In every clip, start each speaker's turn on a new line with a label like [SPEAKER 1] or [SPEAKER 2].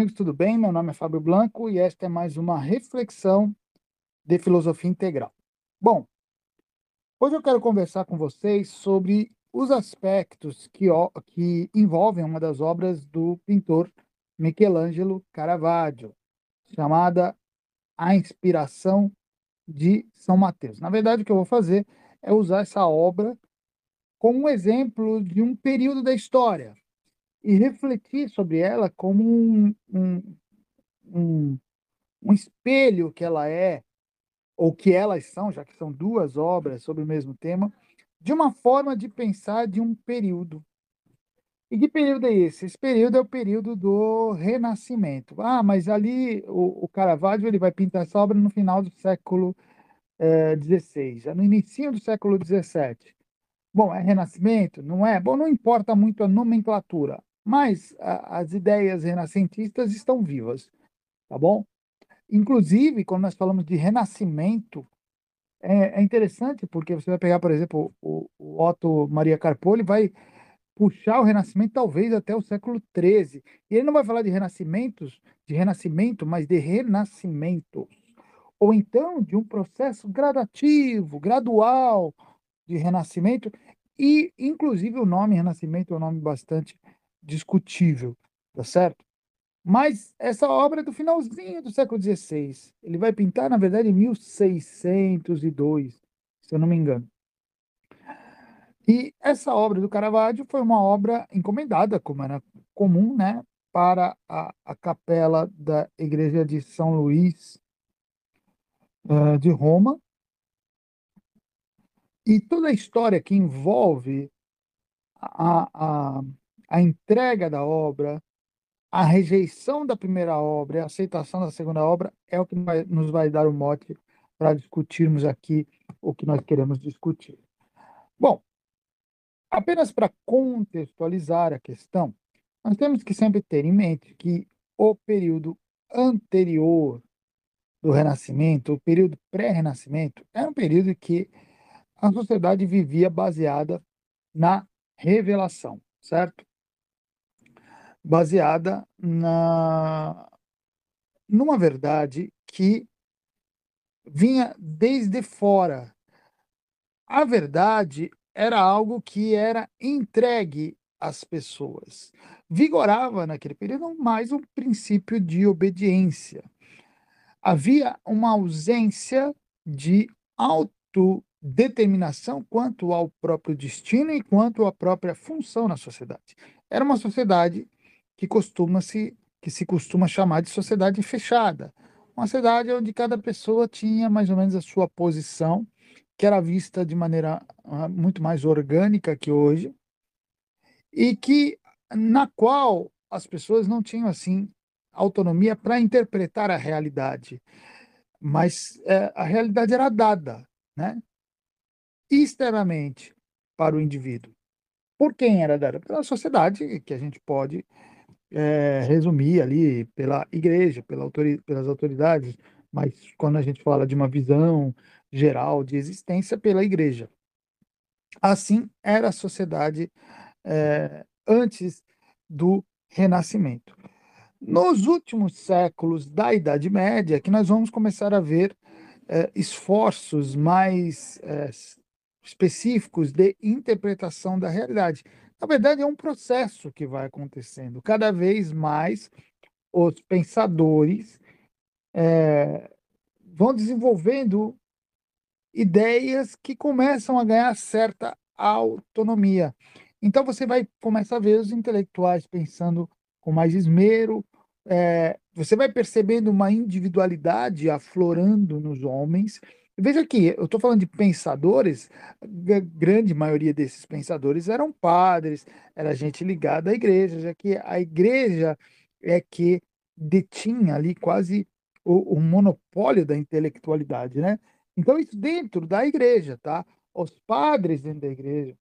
[SPEAKER 1] amigos, tudo bem? Meu nome é Fábio Blanco e esta é mais uma reflexão de filosofia integral. Bom, hoje eu quero conversar com vocês sobre os aspectos que envolvem uma das obras do pintor Michelangelo Caravaggio, chamada A Inspiração de São Mateus. Na verdade, o que eu vou fazer é usar essa obra como um exemplo de um período da história e refletir sobre ela como um um espelho que ela é, ou que elas são, já que são duas obras sobre o mesmo tema, de uma forma de pensar de um período. E que período é esse? Esse período é o período do Renascimento. Ah, mas ali o Caravaggio ele vai pintar essa obra no final do século XVI, no início do século XVII. Bom, é Renascimento? Não é? Bom, não importa muito a nomenclatura, mas as ideias renascentistas estão vivas, tá bom? Inclusive, quando nós falamos de renascimento, é interessante porque você vai pegar, por exemplo, o Otto Maria Carpelli vai puxar o Renascimento talvez até o século XIII. E ele não vai falar de renascimentos, de renascimento, mas de renascimentos. Ou então de um processo gradativo, gradual de renascimento. E, inclusive, o nome renascimento é um nome bastante discutível, tá certo? Mas essa obra é do finalzinho do século XVI. Ele vai pintar, na verdade, em 1602, se eu não me engano. E essa obra do Caravaggio foi uma obra encomendada, como era comum, né, para a capela da Igreja de São Luís, de Roma. E toda a história que envolve a, a, a entrega da obra, a rejeição da primeira obra e a aceitação da segunda obra é o que nos vai dar o mote para discutirmos aqui o que nós queremos discutir. Bom, apenas para contextualizar a questão, nós temos que sempre ter em mente que o período anterior do Renascimento, o período pré-Renascimento, era um período em que a sociedade vivia baseada na revelação, certo? Baseada numa verdade que vinha desde fora. A verdade era algo que era entregue às pessoas. Vigorava naquele período mais um princípio de obediência. Havia uma ausência de autodeterminação quanto ao próprio destino e quanto à própria função na sociedade. Era uma sociedade que se costuma chamar de sociedade fechada, uma sociedade onde cada pessoa tinha mais ou menos a sua posição, que era vista de maneira muito mais orgânica que hoje, e que na qual as pessoas não tinham assim autonomia para interpretar a realidade, mas a realidade era dada, né, externamente para o indivíduo. Por quem era dada? Pela sociedade, que a gente pode resumir ali pela igreja, pelas autoridades, mas quando a gente fala de uma visão geral de existência, pela igreja. Assim era a sociedade antes do Renascimento. Nos últimos séculos da Idade Média, que nós vamos começar a ver esforços mais específicos de interpretação da realidade. Na verdade, é um processo que vai acontecendo. Cada vez mais os pensadores vão desenvolvendo ideias que começam a ganhar certa autonomia. Então você vai começar a ver os intelectuais pensando com mais esmero, você vai percebendo uma individualidade aflorando nos homens. Veja aqui, eu estou falando de pensadores, a grande maioria desses pensadores eram padres, era gente ligada à igreja, já que a igreja é que detinha ali quase o monopólio da intelectualidade, né? Então, isso dentro da igreja, tá? Os padres dentro da igreja,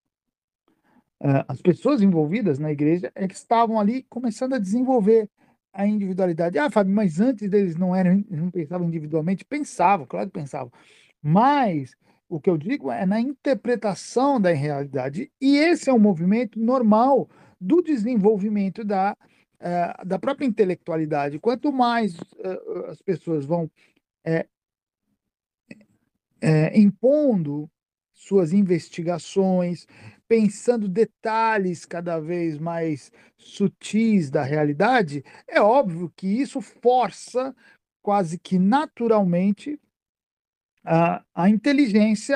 [SPEAKER 1] as pessoas envolvidas na igreja é que estavam ali começando a desenvolver a individualidade. Ah, Fábio, mas antes deles não pensavam individualmente? Pensavam, claro que pensavam. Mas o que eu digo é na interpretação da realidade. E esse é um movimento normal do desenvolvimento da da própria intelectualidade. Quanto mais as pessoas vão impondo suas investigações, pensando detalhes cada vez mais sutis da realidade, é óbvio que isso força quase que naturalmente a inteligência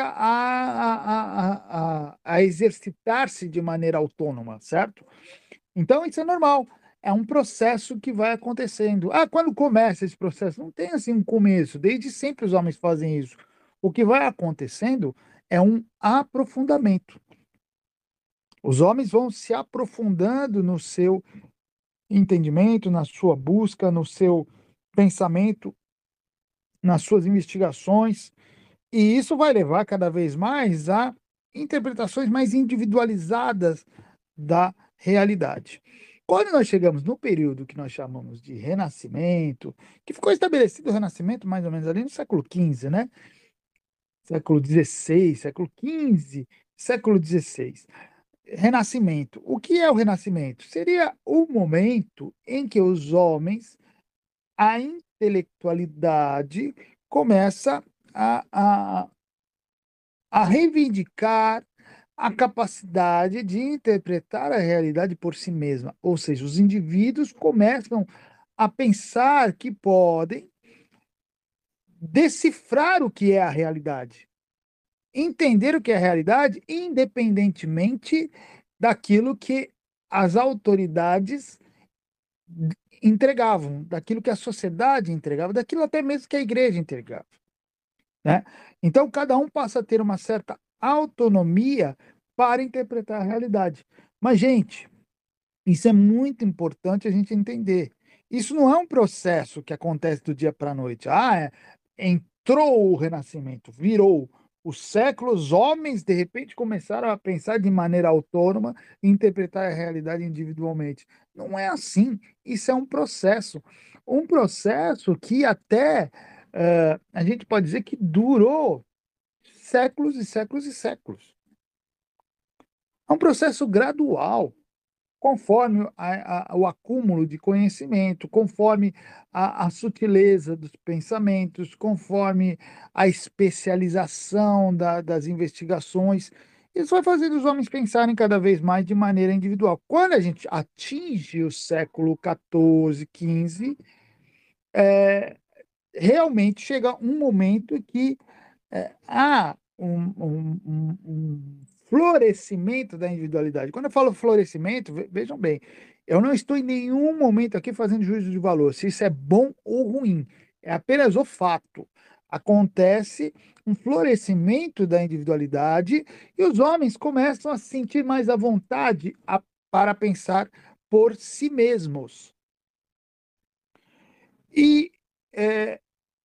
[SPEAKER 1] a exercitar-se de maneira autônoma, certo? Então isso é normal, é um processo que vai acontecendo. Ah, quando começa esse processo? Não tem assim um começo, desde sempre os homens fazem isso. O que vai acontecendo é um aprofundamento. Os homens vão se aprofundando no seu entendimento, na sua busca, no seu pensamento, nas suas investigações, e isso vai levar cada vez mais a interpretações mais individualizadas da realidade. Quando nós chegamos no período que nós chamamos de Renascimento, que ficou estabelecido o Renascimento mais ou menos ali no século XV, né? Século XVI, século XV, século XVI. Renascimento. O que é o Renascimento? Seria o momento em que os homens, a intelectualidade, começa a, a, a reivindicar a capacidade de interpretar a realidade por si mesma. Ou seja, os indivíduos começam a pensar que podem decifrar o que é a realidade, entender o que é a realidade, independentemente daquilo que as autoridades entregavam, daquilo que a sociedade entregava, daquilo até mesmo que a igreja entregava, né? Então, cada um passa a ter uma certa autonomia para interpretar a realidade. Mas, gente, isso é muito importante a gente entender. Isso não é um processo que acontece do dia para a noite. Entrou o Renascimento, virou. Os séculos, homens de repente começaram a pensar de maneira autônoma e interpretar a realidade individualmente. Não é assim. Isso é um processo. Um processo que até a gente pode dizer que durou séculos e séculos e séculos. É um processo gradual, conforme o acúmulo de conhecimento, conforme a sutileza dos pensamentos, conforme a especialização das investigações. Isso vai fazendo os homens pensarem cada vez mais de maneira individual. Quando a gente atinge o século XIV, XV, realmente chega um momento que há um florescimento da individualidade. Quando eu falo florescimento, vejam bem, eu não estou em nenhum momento aqui fazendo juízo de valor, se isso é bom ou ruim, é apenas o fato. Acontece um florescimento da individualidade e os homens começam a se sentir mais à vontade para pensar por si mesmos. E é,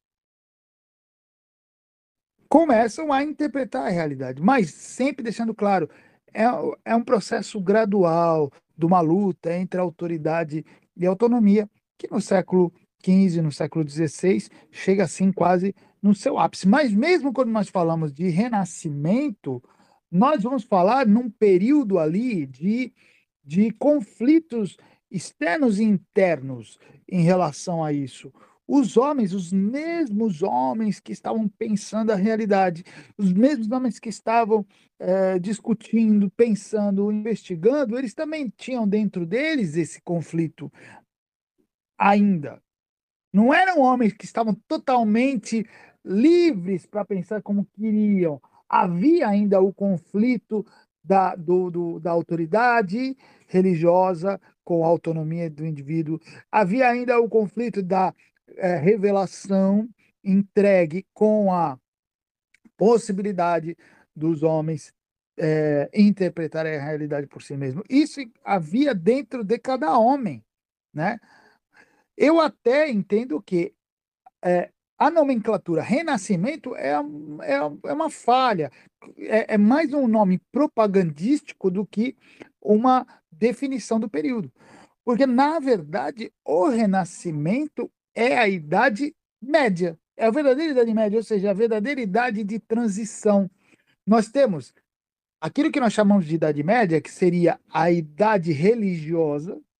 [SPEAKER 1] começam a interpretar a realidade, mas sempre deixando claro, é, é um processo gradual de uma luta entre autoridade e autonomia, que no século XV, no século XVI, chega assim quase no seu ápice. Mas mesmo quando nós falamos de renascimento, nós vamos falar num período ali de conflitos externos e internos em relação a isso. Os homens, os mesmos homens que estavam pensando a realidade, os mesmos homens que estavam discutindo, pensando, investigando, eles também tinham dentro deles esse conflito ainda. Não eram homens que estavam totalmente livres para pensar como queriam. Havia ainda o conflito da autoridade religiosa com a autonomia do indivíduo. Havia ainda o conflito da revelação entregue com a possibilidade dos homens interpretarem a realidade por si mesmos. Isso havia dentro de cada homem, né? Eu até entendo que a nomenclatura renascimento é uma falha, é mais um nome propagandístico do que uma definição do período. Porque, na verdade, o renascimento é a Idade Média, é a verdadeira Idade Média, ou seja, a verdadeira idade de transição. Nós temos aquilo que nós chamamos de Idade Média, que seria a idade religiosa,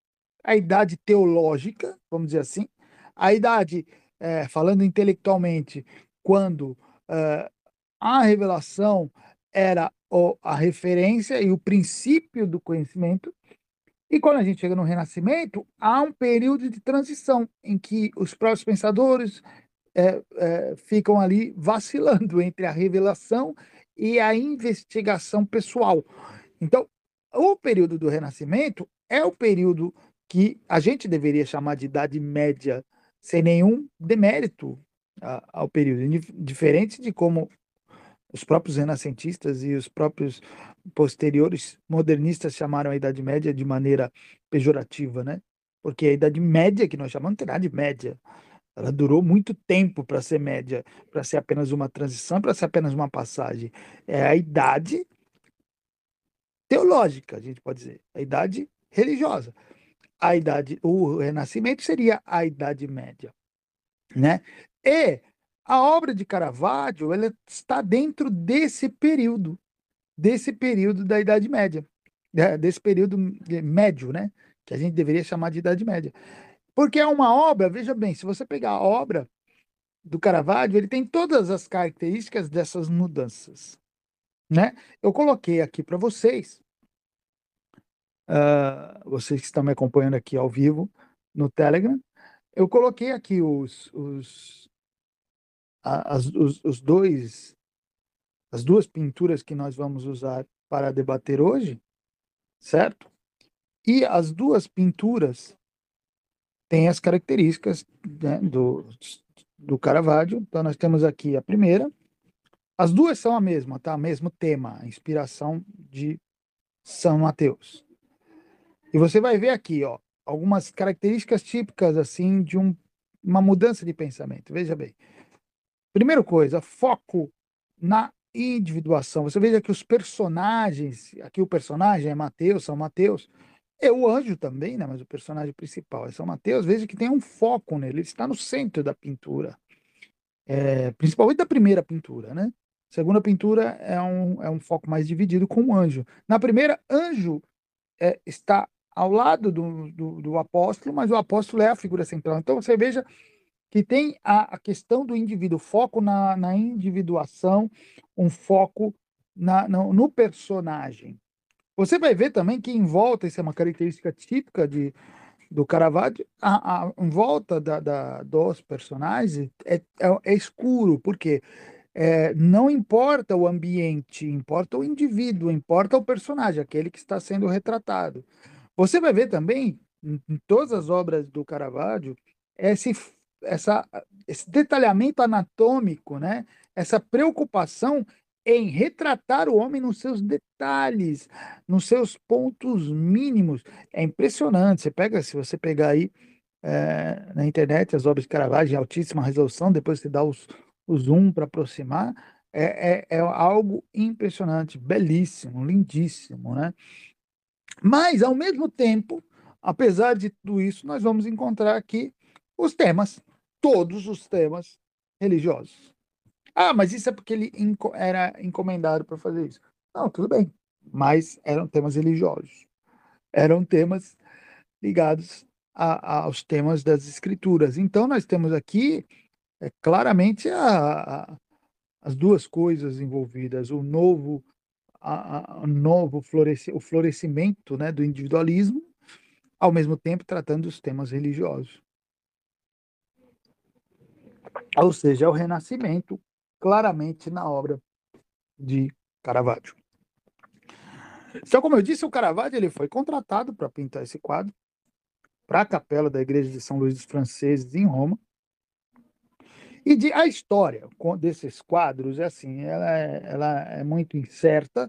[SPEAKER 1] a idade teológica, vamos dizer assim, a idade, falando intelectualmente, quando a revelação era a referência e o princípio do conhecimento. E quando a gente chega no Renascimento, há um período de transição em que os próprios pensadores ficam ali vacilando entre a revelação e a investigação pessoal. Então, o período do Renascimento é o período que a gente deveria chamar de Idade Média, sem nenhum demérito ao período, diferente de como os próprios renascentistas e os próprios posteriores modernistas chamaram a Idade Média de maneira pejorativa, né? Porque a Idade Média, que nós chamamos, não tem nada de média. Ela durou muito tempo para ser média, para ser apenas uma transição, para ser apenas uma passagem. É a idade teológica, a gente pode dizer, a idade religiosa. O Renascimento seria a Idade Média, né? E a obra de Caravaggio, ela está dentro desse período da Idade Média, desse período médio, né? Que a gente deveria chamar de Idade Média. Porque é uma obra, veja bem, se você pegar a obra do Caravaggio, ele tem todas as características dessas mudanças, né? Eu coloquei aqui para vocês, vocês que estão me acompanhando aqui ao vivo no Telegram, eu coloquei aqui os dois, as duas pinturas que nós vamos usar para debater hoje, certo? E as duas pinturas têm as características, né, do Caravaggio. Então, nós temos aqui a primeira. As duas são a mesma, tá? Mesmo tema, a inspiração de São Mateus. E você vai ver aqui, ó, algumas características típicas, assim, de uma mudança de pensamento. Veja bem. Primeira coisa, foco na individuação. Você veja que os personagens, aqui o personagem é Mateus, São Mateus, é o anjo também, né? Mas o personagem principal é São Mateus. Veja que tem um foco nele, ele está no centro da pintura, principalmente da primeira pintura, né? A segunda pintura é um foco mais dividido com o anjo. Na primeira, anjo está ao lado do apóstolo, mas o apóstolo é a figura central. Então você veja que tem a questão do indivíduo, foco na individuação, um foco no personagem. Você vai ver também que em volta, isso é uma característica típica do Caravaggio, em volta dos personagens é escuro, porque não importa o ambiente, importa o indivíduo, importa o personagem, aquele que está sendo retratado. Você vai ver também, em todas as obras do Caravaggio, esse, essa, esse detalhamento anatômico, né? Essa preocupação em retratar o homem nos seus detalhes, nos seus pontos mínimos. É impressionante. Se você pegar aí na internet as obras de Caravaggio em altíssima resolução, depois você dá o zoom para aproximar, é algo impressionante, belíssimo, lindíssimo, né? Mas, ao mesmo tempo, apesar de tudo isso, nós vamos encontrar aqui os temas, todos os temas religiosos. Ah, mas isso é porque ele era encomendado para fazer isso. Não, tudo bem, mas eram temas religiosos. Eram temas ligados aos temas das escrituras. Então, nós temos aqui claramente as duas coisas envolvidas, o florescimento, né, do individualismo, ao mesmo tempo tratando os temas religiosos. Ou seja, é o renascimento claramente na obra de Caravaggio. Então, como eu disse, o Caravaggio ele foi contratado para pintar esse quadro para a capela da igreja de São Luís dos Franceses em Roma. E a história desses quadros é assim, ela é muito incerta.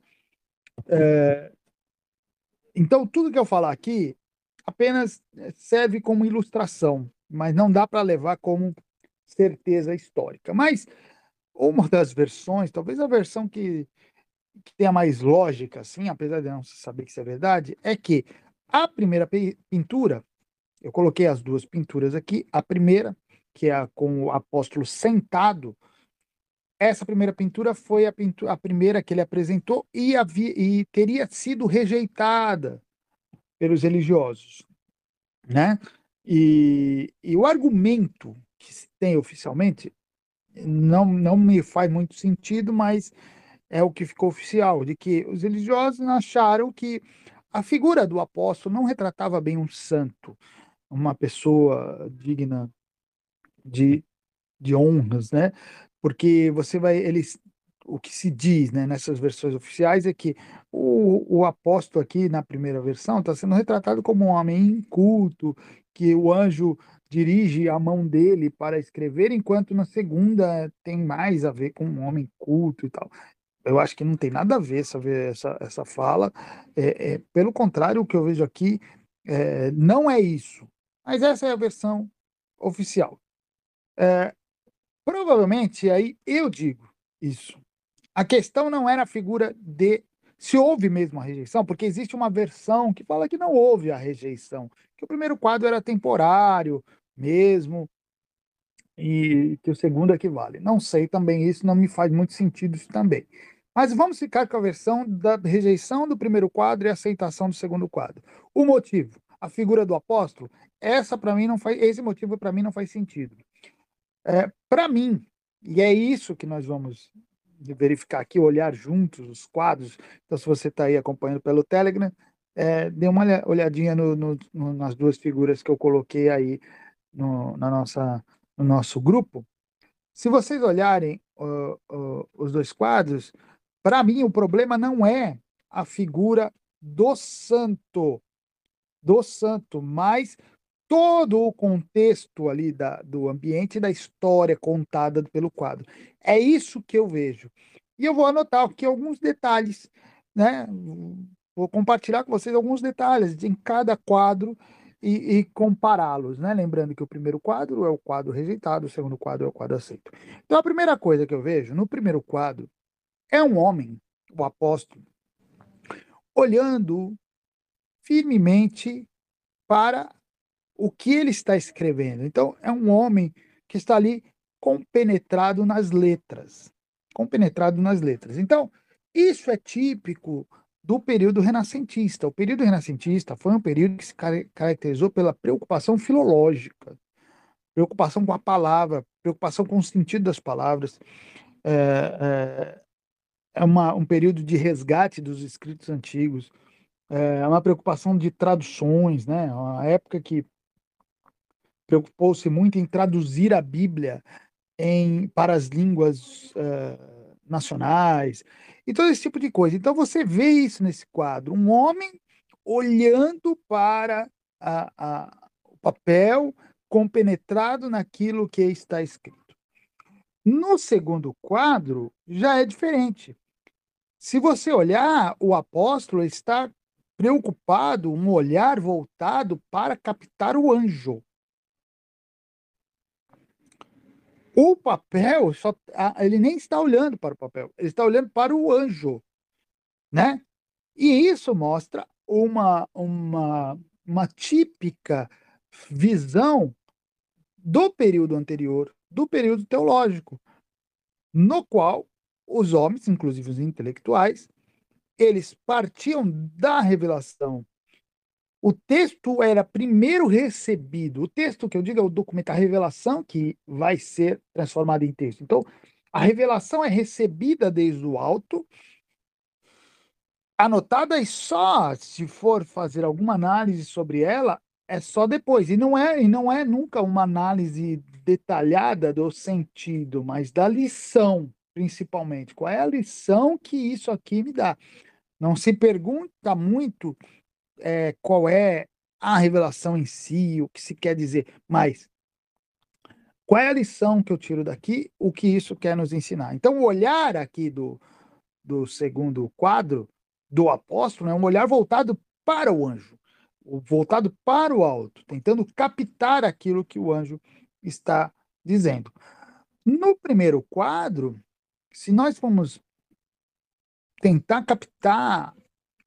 [SPEAKER 1] Então, tudo que eu falar aqui apenas serve como ilustração, mas não dá para levar como certeza histórica. Mas uma das versões, talvez a versão que tenha mais lógica, assim, apesar de não saber que isso é verdade, é que a primeira pintura, eu coloquei as duas pinturas aqui, a primeira, que é com o apóstolo sentado, essa primeira pintura foi a primeira que ele apresentou e teria sido rejeitada pelos religiosos. né? E o argumento que se tem oficialmente não me faz muito sentido, mas é o que ficou oficial, de que os religiosos acharam que a figura do apóstolo não retratava bem um santo, uma pessoa digna de, de honras, né? Porque você vai, eles, o que se diz, né, nessas versões oficiais é que o apóstolo aqui na primeira versão está sendo retratado como um homem inculto, que o anjo dirige a mão dele para escrever, enquanto na segunda tem mais a ver com um homem culto e tal. Eu acho que não tem nada a ver essa fala. Pelo contrário, o que eu vejo aqui não é isso. Mas essa é a versão oficial. É, Provavelmente, aí eu digo isso. A questão não era a figura de se houve mesmo a rejeição, porque existe uma versão que fala que não houve a rejeição, que o primeiro quadro era temporário mesmo, e que o segundo equivale. Não sei também isso, não me faz muito sentido isso também. Mas vamos ficar com a versão da rejeição do primeiro quadro e aceitação do segundo quadro. O motivo, a figura do apóstolo, essa para mim não faz, esse motivo para mim não faz sentido. Para mim, e é isso que nós vamos verificar aqui, olhar juntos os quadros. Então, se você está aí acompanhando pelo Telegram, dê uma olhadinha nas duas figuras que eu coloquei aí no nosso grupo. Se vocês olharem os dois quadros, para mim o problema não é a figura do santo, mas todo o contexto ali do ambiente e da história contada pelo quadro. É isso que eu vejo. E eu vou anotar aqui alguns detalhes, né? Vou compartilhar com vocês alguns detalhes em cada quadro e compará-los, né? Lembrando que o primeiro quadro é o quadro rejeitado, o segundo quadro é o quadro aceito. Então, a primeira coisa que eu vejo no primeiro quadro é um homem, o apóstolo, olhando firmemente para o que ele está escrevendo. Então, é um homem que está ali compenetrado nas letras. Compenetrado nas letras. Então, isso é típico do período renascentista. O período renascentista foi um período que se caracterizou pela preocupação filológica, preocupação com a palavra, preocupação com o sentido das palavras. Um período de resgate dos escritos antigos, é uma preocupação de traduções, né? Uma época que preocupou-se muito em traduzir a Bíblia para as línguas nacionais e todo esse tipo de coisa. Então você vê isso nesse quadro, um homem olhando para o papel, compenetrado naquilo que está escrito. No segundo quadro, já é diferente. Se você olhar, o apóstolo está preocupado, um olhar voltado para captar o anjo. O papel, ele nem está olhando para o papel, ele está olhando para o anjo, né? E isso mostra uma típica visão do período anterior, do período teológico, no qual os homens, inclusive os intelectuais, eles partiam da revelação. O texto era primeiro recebido. O texto que eu digo é o documento, a revelação que vai ser transformada em texto. Então, a revelação é recebida desde o alto, anotada e só se for fazer alguma análise sobre ela, é só depois. E não é nunca uma análise detalhada do sentido, mas da lição, principalmente. Qual é a lição que isso aqui me dá? Não se pergunta muito qual é a revelação em si, o que se quer dizer, mas qual é a lição que eu tiro daqui, o que isso quer nos ensinar. Então, o olhar aqui do segundo quadro do apóstolo é um olhar voltado para o anjo, voltado para o alto, tentando captar aquilo que o anjo está dizendo. No primeiro quadro, se nós formos tentar captar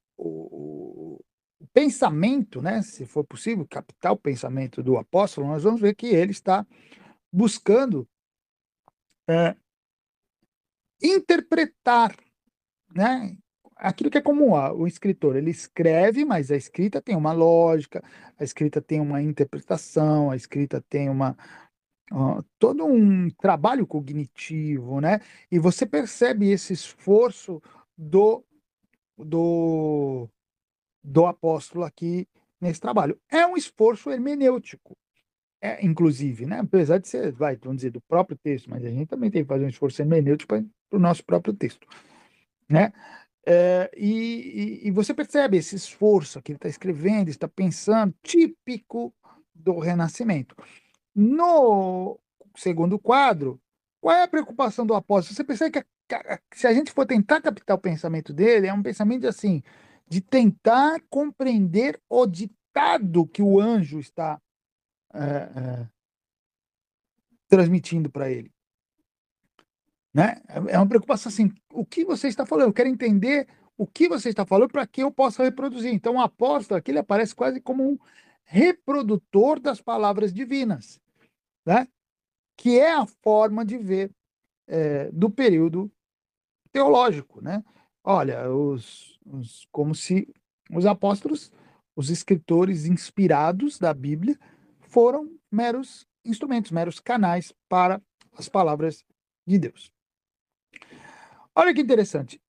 [SPEAKER 1] o pensamento, né, se for possível captar o pensamento do apóstolo, nós vamos ver que ele está buscando é, interpretar, né, aquilo que é comum, o escritor, ele escreve, mas a escrita tem uma lógica, a escrita tem uma interpretação, a escrita tem todo um trabalho cognitivo, né? E você percebe esse esforço do, do, do apóstolo aqui nesse trabalho. É um esforço hermenêutico, inclusive, né? Apesar de ser, vamos dizer, do próprio texto, mas a gente também tem que fazer um esforço hermenêutico para o nosso próprio texto, né? E você percebe esse esforço que ele está escrevendo, está pensando, típico do Renascimento. No segundo quadro, qual é a preocupação do apóstolo? Você percebe que se a gente for tentar captar o pensamento dele, é um pensamento assim, de tentar compreender o ditado que o anjo está é, é, transmitindo para ele. Né? É uma preocupação assim, o que você está falando? Eu quero entender o que você está falando para que eu possa reproduzir. Então, o apóstolo aqui ele aparece quase como um reprodutor das palavras divinas, né? Que é a forma de ver do período teológico, né? Olha, como se os apóstolos, os escritores inspirados da Bíblia, foram meros instrumentos, meros canais para as palavras de Deus. Olha que interessante.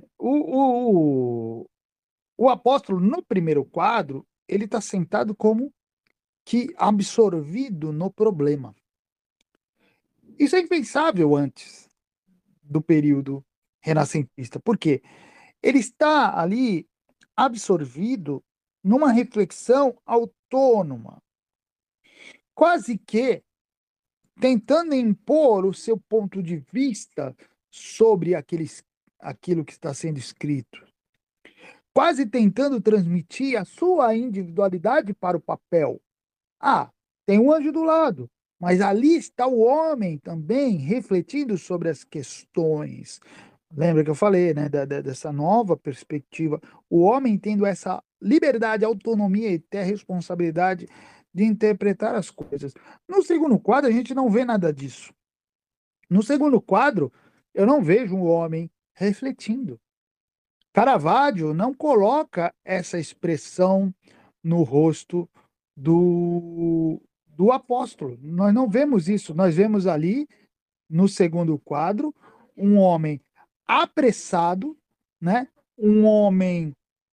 [SPEAKER 1] O apóstolo, no primeiro quadro, ele está sentado como que absorvido no problema. Isso é impensável antes do período renascentista. Por quê? Ele está ali absorvido numa reflexão autônoma, quase que tentando impor o seu ponto de vista sobre aquilo que está sendo escrito, quase tentando transmitir a sua individualidade para o papel. Ah, tem um anjo do lado, mas ali está o homem também refletindo sobre as questões. Lembra que eu falei, né, dessa nova perspectiva, o homem tendo essa liberdade, autonomia e ter a responsabilidade de interpretar as coisas. No segundo quadro, a gente não vê nada disso. No segundo quadro, eu não vejo um homem refletindo. Caravaggio não coloca essa expressão no rosto do apóstolo. Nós não vemos isso. Nós vemos ali, no segundo quadro, um homem apressado, né? Um homem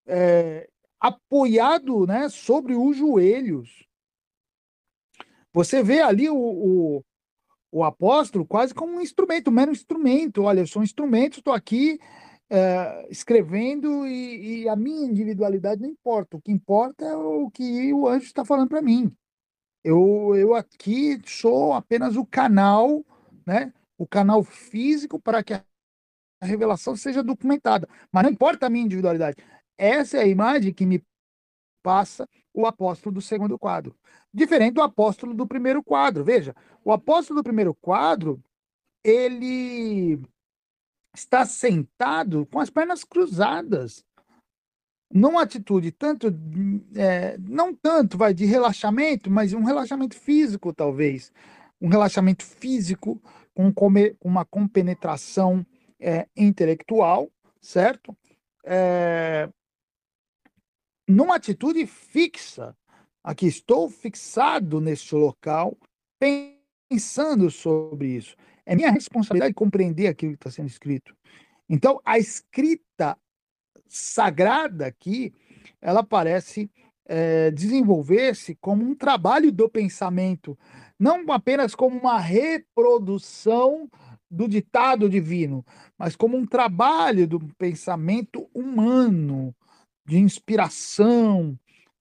[SPEAKER 1] apoiado, né, sobre os joelhos. Você vê ali o apóstolo quase como um instrumento, um mero instrumento. Olha, eu sou um instrumento, estou aqui escrevendo e a minha individualidade não importa. O que importa é o que o anjo está falando para mim. Eu aqui sou apenas o canal, né? O canal físico para que a revelação seja documentada. Mas não importa a minha individualidade. Essa é a imagem que me passa o apóstolo do segundo quadro. Diferente do apóstolo do primeiro quadro. Veja, o apóstolo do primeiro quadro, ele está sentado com as pernas cruzadas, numa atitude não tanto vai de relaxamento, mas um relaxamento físico, talvez. Um relaxamento físico com uma compenetração intelectual, certo? É, numa atitude fixa. Aqui estou fixado neste local, pensando sobre isso. É minha responsabilidade compreender aquilo que está sendo escrito. Então, a escrita sagrada aqui, ela parece desenvolver-se como um trabalho do pensamento, não apenas como uma reprodução do ditado divino, mas como um trabalho do pensamento humano, de inspiração,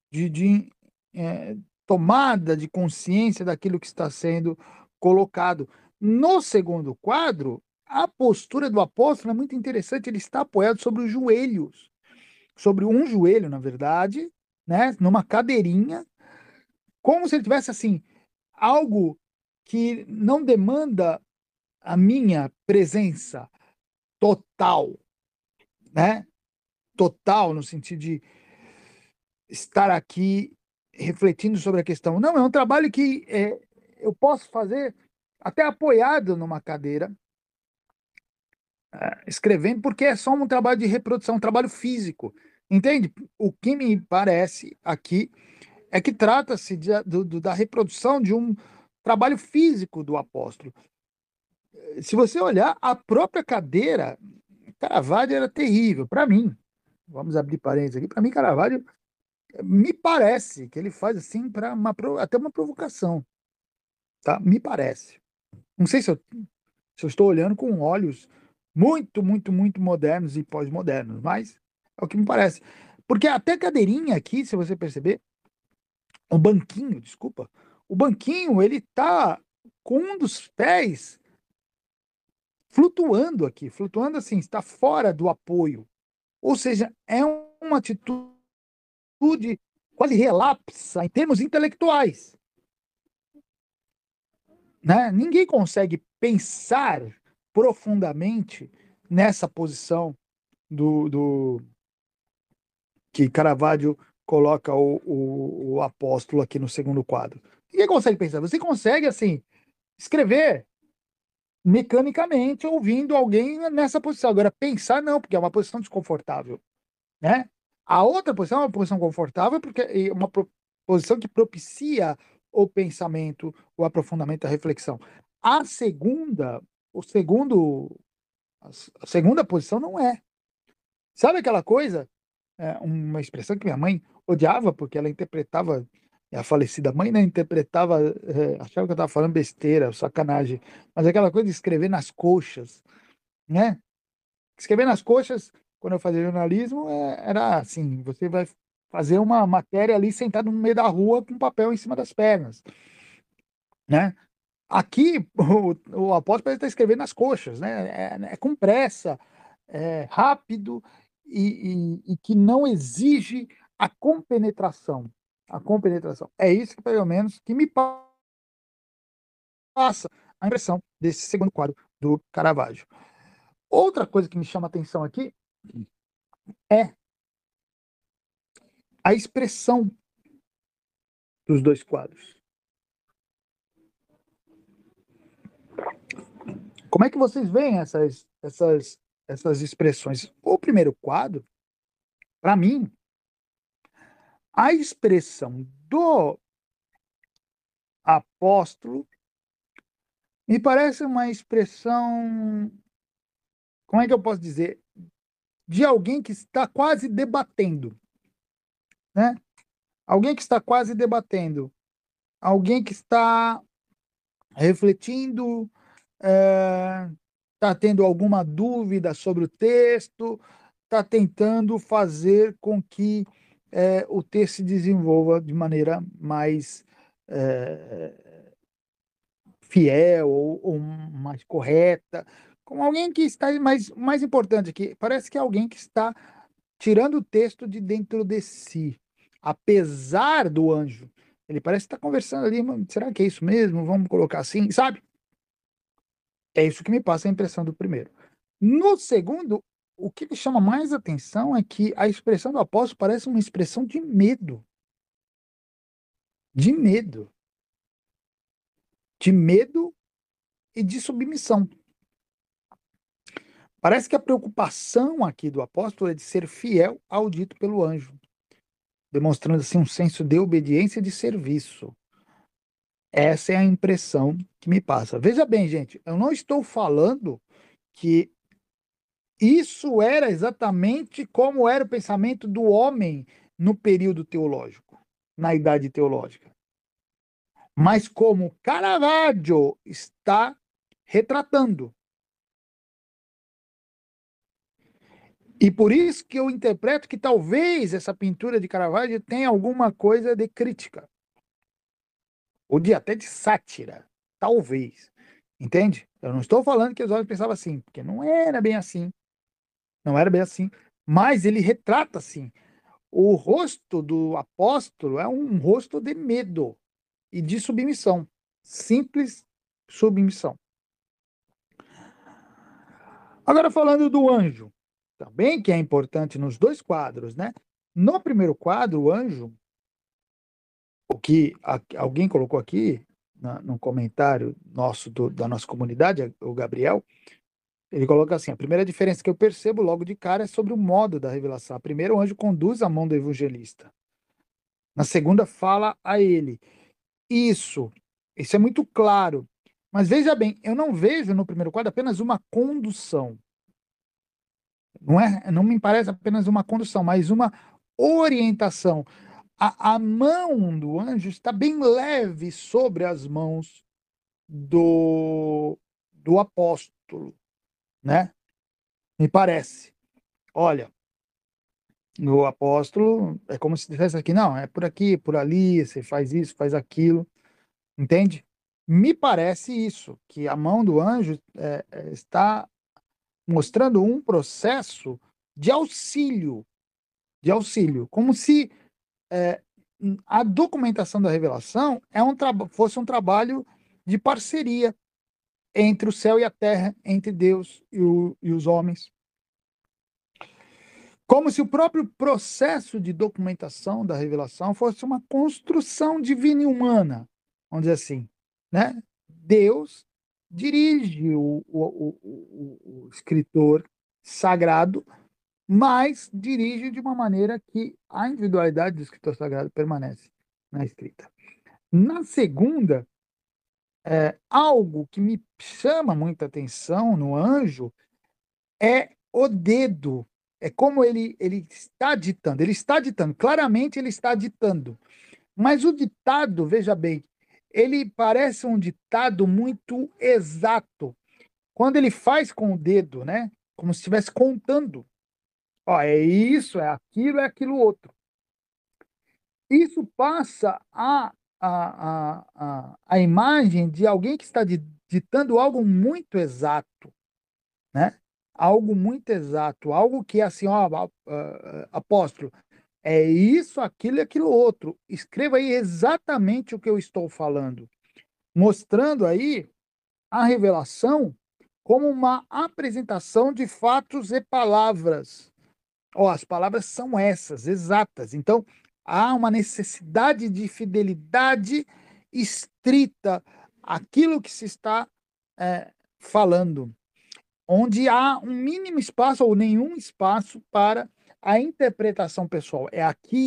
[SPEAKER 1] de tomada de consciência daquilo que está sendo colocado. No segundo quadro, a postura do apóstolo é muito interessante, ele está apoiado sobre os joelhos, sobre um joelho, na verdade, né, numa cadeirinha, como se ele tivesse assim, algo que não demanda a minha presença total, né? Total no sentido de estar aqui refletindo sobre a questão. Não, é um trabalho que eu posso fazer até apoiado numa cadeira, escrevendo, porque é só um trabalho de reprodução, um trabalho físico. Entende? O que me parece aqui é que trata-se da reprodução de um trabalho físico do apóstolo. Se você olhar, a própria cadeira, Caravaggio era terrível. Para mim, vamos abrir parênteses aqui, para mim, Caravaggio, me parece que ele faz assim para até uma provocação, tá? Me parece. Não sei se eu estou olhando com olhos muito, muito, muito modernos e pós-modernos, mas é o que me parece. Porque até a cadeirinha aqui, se você perceber, o banquinho, desculpa, o banquinho, ele tá com um dos pés flutuando aqui, flutuando assim, está fora do apoio. Ou seja, é uma atitude quase relapsa em termos intelectuais, né? Ninguém consegue pensar profundamente nessa posição do que Caravaggio coloca o apóstolo aqui no segundo quadro. Ninguém consegue pensar. Você consegue, assim, escrever mecanicamente ouvindo alguém nessa posição. Agora, pensar não, porque é uma posição desconfortável, né? A outra posição é uma posição confortável porque é uma posição que propicia o pensamento, o aprofundamento, a reflexão. A segunda, o segundo, a segunda posição não é. Sabe aquela coisa? Uma expressão que minha mãe odiava porque ela interpretava, a falecida mãe, né, interpretava, achava que eu estava falando besteira, sacanagem, mas aquela coisa de escrever nas coxas, né? Escrever nas coxas, quando eu fazia jornalismo, era assim: você vai fazer uma matéria ali sentado no meio da rua com papel em cima das pernas, né? Aqui, o apóstolo está escrevendo nas coxas, né? É com pressa, é rápido e que não exige a compenetração. A compenetração. É isso que, pelo menos, que me passa a impressão desse segundo quadro do Caravaggio. Outra coisa que me chama a atenção aqui é a expressão dos dois quadros. Como é que vocês veem essas expressões? O primeiro quadro, para mim, a expressão do apóstolo me parece uma expressão, como é que eu posso dizer, de alguém que está quase debatendo, né? Alguém que está quase debatendo, alguém que está refletindo, está tendo alguma dúvida sobre o texto, está tentando fazer com que o texto se desenvolva de maneira mais fiel ou mais correta, com alguém que está mais importante aqui, parece que é alguém que está tirando o texto de dentro de si, apesar do anjo. Ele parece estar conversando ali, será que é isso mesmo? Vamos colocar assim, sabe? É isso que me passa a impressão do primeiro. No segundo, o que me chama mais atenção é que a expressão do apóstolo parece uma expressão de medo, de medo e de submissão. Parece que a preocupação aqui do apóstolo é de ser fiel ao dito pelo anjo, demonstrando assim um senso de obediência e de serviço. Essa é a impressão que me passa. Veja bem, gente, eu não estou falando que isso era exatamente como era o pensamento do homem no período teológico, na idade teológica, mas como Caravaggio está retratando. E por isso que eu interpreto que talvez essa pintura de Caravaggio tenha alguma coisa de crítica, ou de até de sátira, talvez. Entende? Eu não estou falando que os homens pensavam assim, porque não era bem assim, não era bem assim, mas ele retrata assim. O rosto do apóstolo é um rosto de medo e de submissão, simples submissão. Agora falando do anjo, também que é importante nos dois quadros, né? No primeiro quadro, o anjo, o que alguém colocou aqui no comentário nosso da nossa comunidade, o Gabriel, Ele coloca assim: a primeira diferença que eu percebo logo de cara é sobre o modo da revelação. A primeira, o anjo conduz a mão do evangelista. Na segunda, fala a ele. Isso é muito claro. Mas veja bem, eu não vejo no primeiro quadro apenas uma condução. Não me parece apenas uma condução, mas uma orientação. A mão do anjo está bem leve sobre as mãos do apóstolo, né? Me parece. Olha, o apóstolo é como se dissesse aqui, não, é por aqui, por ali, você faz isso, faz aquilo, entende? Me parece isso, que a mão do anjo está mostrando um processo de auxílio, como se é, a documentação da revelação fosse um trabalho de parceria entre o céu e a terra, entre Deus e os homens. Como se o próprio processo de documentação da revelação fosse uma construção divina e humana, vamos dizer assim, né? Deus dirige o escritor sagrado, mas dirige de uma maneira que a individualidade do escritor sagrado permanece na escrita. Na segunda, algo que me chama muita atenção no anjo é o dedo. É como ele está ditando, claramente ele está ditando. Mas o ditado, veja bem, ele parece um ditado muito exato. Quando ele faz com o dedo, né? Como se estivesse contando. Ó, é isso, é aquilo outro. Isso passa a imagem de alguém que está ditando algo muito exato, né? Algo muito exato, algo que é assim, ó, apóstolo, é isso, aquilo e aquilo outro. Escreva aí exatamente o que eu estou falando, mostrando aí a revelação como uma apresentação de fatos e palavras. Ó, as palavras são essas, exatas. Então, há uma necessidade de fidelidade estrita àquilo que se está falando, onde há um mínimo espaço ou nenhum espaço para a interpretação pessoal. É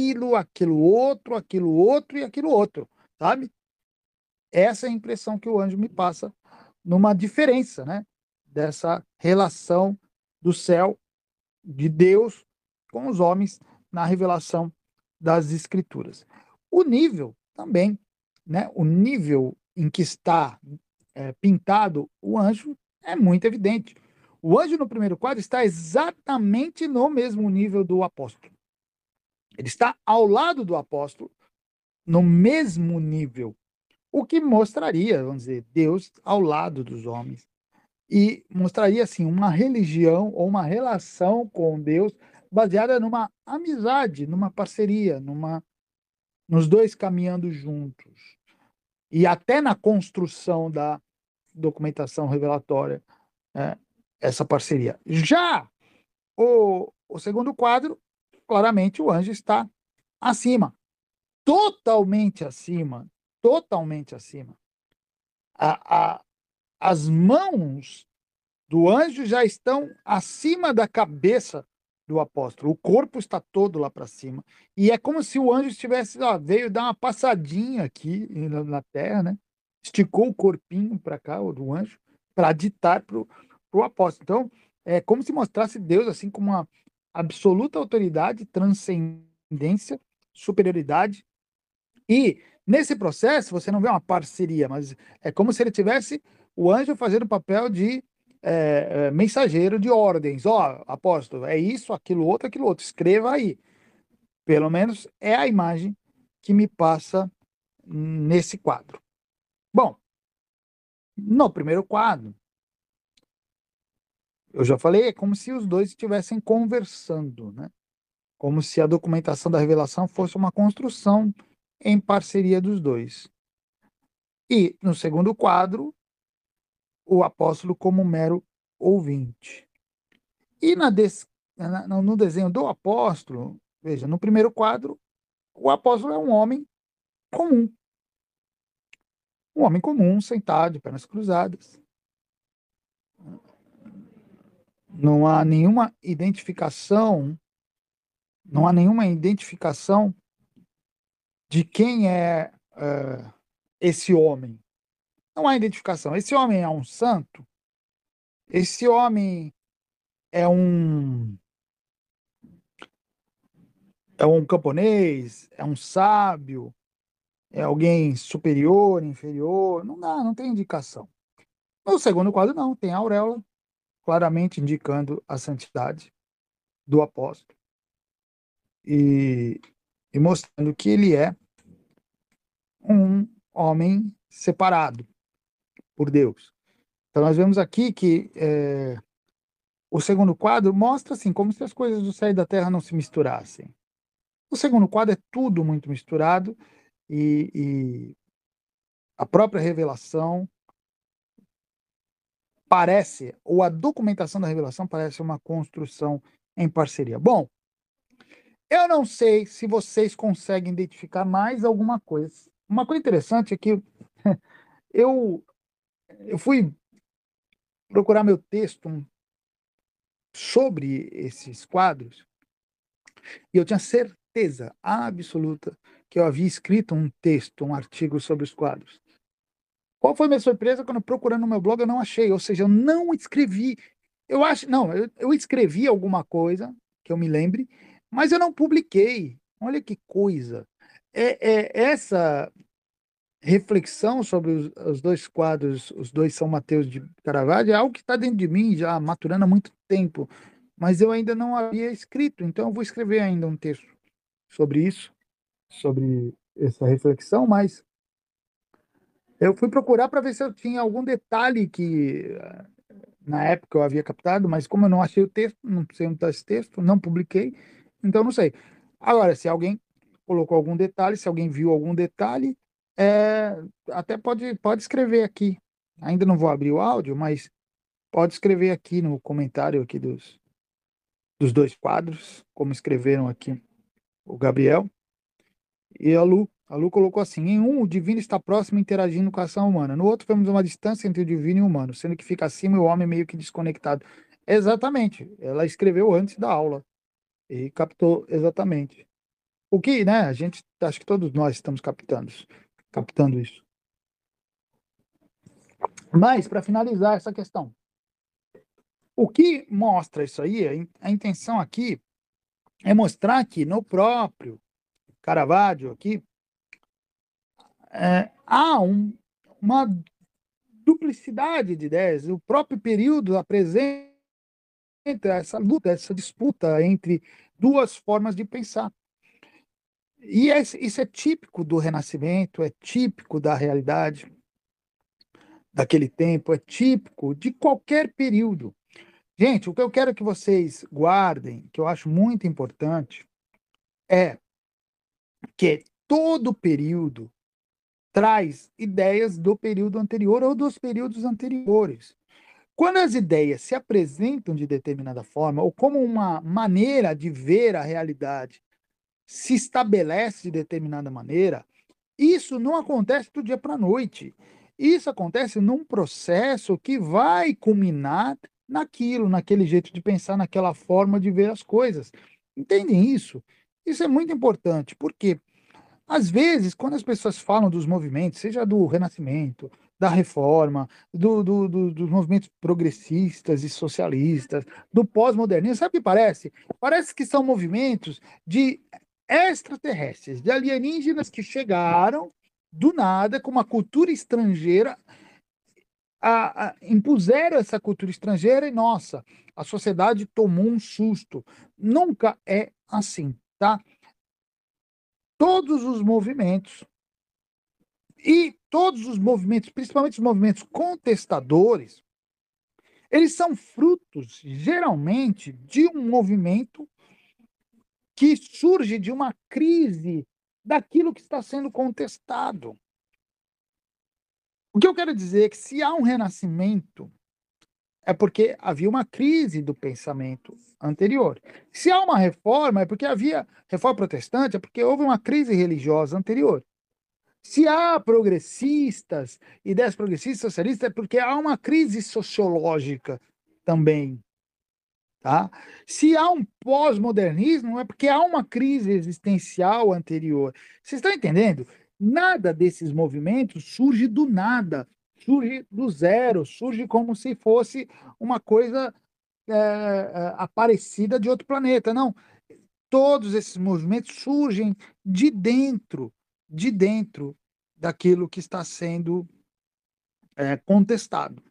[SPEAKER 1] aquilo outro e aquilo outro, sabe? Essa é a impressão que o anjo me passa numa diferença, né? Dessa relação do céu, de Deus com os homens na revelação das Escrituras. O nível também, né? O nível em que está pintado o anjo é muito evidente. O anjo no primeiro quadro está exatamente no mesmo nível do apóstolo. Ele está ao lado do apóstolo, no mesmo nível, o que mostraria, vamos dizer, Deus ao lado dos homens. E mostraria, assim, uma religião ou uma relação com Deus baseada numa amizade, numa parceria, nos dois caminhando juntos. E até na construção da documentação revelatória, né, essa parceria. Já o segundo quadro, claramente o anjo está acima, totalmente acima, totalmente acima. A, a, as mãos do anjo já estão acima da cabeça do apóstolo. O corpo está todo lá para cima. E é como se o anjo estivesse, ó, veio dar uma passadinha aqui na terra, né? Esticou o corpinho para cá, o do anjo, para ditar para o apóstolo. Então, é como se mostrasse Deus assim com uma absoluta autoridade, transcendência, superioridade. E nesse processo você não vê uma parceria, mas é como se ele tivesse o anjo fazendo o papel de mensageiro de ordens. Ó, apóstolo, é isso, aquilo outro. Escreva aí. Pelo menos é a imagem que me passa nesse quadro. Bom, no primeiro quadro, eu já falei, é como se os dois estivessem conversando, né? Como se a documentação da revelação fosse uma construção em parceria dos dois. E no segundo quadro, o apóstolo como mero ouvinte. E no desenho do apóstolo, veja, no primeiro quadro, o apóstolo é comum, um homem comum, sentado, de pernas cruzadas. Não há nenhuma identificação, não há nenhuma identificação de quem é, esse homem. Não há identificação. Esse homem é um santo? Esse homem é um camponês? É um sábio? É alguém superior, inferior? Não dá, não tem indicação. No segundo quadro, não, tem a auréola, claramente indicando a santidade do apóstolo e, e mostrando que ele é um homem separado por Deus. Então, nós vemos aqui que o segundo quadro mostra assim, como se as coisas do céu e da terra não se misturassem. O segundo quadro é tudo muito misturado e a própria revelação parece, ou a documentação da revelação parece uma construção em parceria. Bom, eu não sei se vocês conseguem identificar mais alguma coisa. Uma coisa interessante é que eu, eu fui procurar meu texto sobre esses quadros e eu tinha certeza absoluta que eu havia escrito um texto, um artigo sobre os quadros. Qual foi a minha surpresa quando procurando no meu blog eu não achei, ou seja, eu não escrevi. Eu acho, não, eu escrevi alguma coisa que eu me lembre, mas eu não publiquei. Olha que coisa. Essa reflexão sobre os dois quadros, os dois São Mateus de Caravaggio, é algo que está dentro de mim já maturando há muito tempo, mas eu ainda não havia escrito, então eu vou escrever ainda um texto sobre isso, sobre essa reflexão, mas eu fui procurar para ver se eu tinha algum detalhe que na época eu havia captado, mas como eu não achei o texto, não sei onde está esse texto, não publiquei, então não sei. Agora, se alguém colocou algum detalhe, se alguém viu algum detalhe, até pode escrever aqui. Ainda não vou abrir o áudio, mas pode escrever aqui no comentário aqui dos dois quadros, como escreveram aqui o Gabriel e a Lu. A Lu colocou assim: em um, o divino está próximo interagindo com a ação humana. No outro, vemos uma distância entre o divino e o humano, sendo que fica acima e o homem meio que desconectado. Exatamente. Ela escreveu antes da aula e captou exatamente. O que, né? A gente, acho que todos nós estamos captando isso. Mas, para finalizar essa questão, o que mostra isso aí, a intenção aqui é mostrar que no próprio Caravaggio aqui, há uma duplicidade de ideias. O próprio período apresenta essa luta, essa disputa entre duas formas de pensar. E isso é típico do Renascimento, é típico da realidade daquele tempo, é típico de qualquer período. Gente, o que eu quero que vocês guardem, que eu acho muito importante, é que todo período traz ideias do período anterior ou dos períodos anteriores. Quando as ideias se apresentam de determinada forma, ou como uma maneira de ver a realidade se estabelece de determinada maneira, isso não acontece do dia para a noite. Isso acontece num processo que vai culminar naquilo, naquele jeito de pensar, naquela forma de ver as coisas. Entendem isso? Isso é muito importante, porque às vezes, quando as pessoas falam dos movimentos, seja do Renascimento, da Reforma, dos movimentos progressistas e socialistas, do pós-modernismo, sabe o que parece? Parece que são movimentos de extraterrestres, de alienígenas que chegaram do nada com uma cultura estrangeira, impuseram essa cultura estrangeira e, nossa, a sociedade tomou um susto. Nunca é assim, tá? Todos os movimentos e todos os movimentos, principalmente os movimentos contestadores, eles são frutos, geralmente, de um movimento que surge de uma crise daquilo que está sendo contestado. O que eu quero dizer é que se há um renascimento, é porque havia uma crise do pensamento anterior. Se há uma reforma, é porque havia reforma protestante, é porque houve uma crise religiosa anterior. Se há progressistas, ideias progressistas, socialistas, é porque há uma crise sociológica também. tá? Se há um pós-modernismo, é porque há uma crise existencial anterior. Vocês estão entendendo? Nada desses movimentos surge do nada, surge do zero, surge como se fosse uma coisa aparecida de outro planeta. Não, todos esses movimentos surgem de dentro daquilo que está sendo contestado.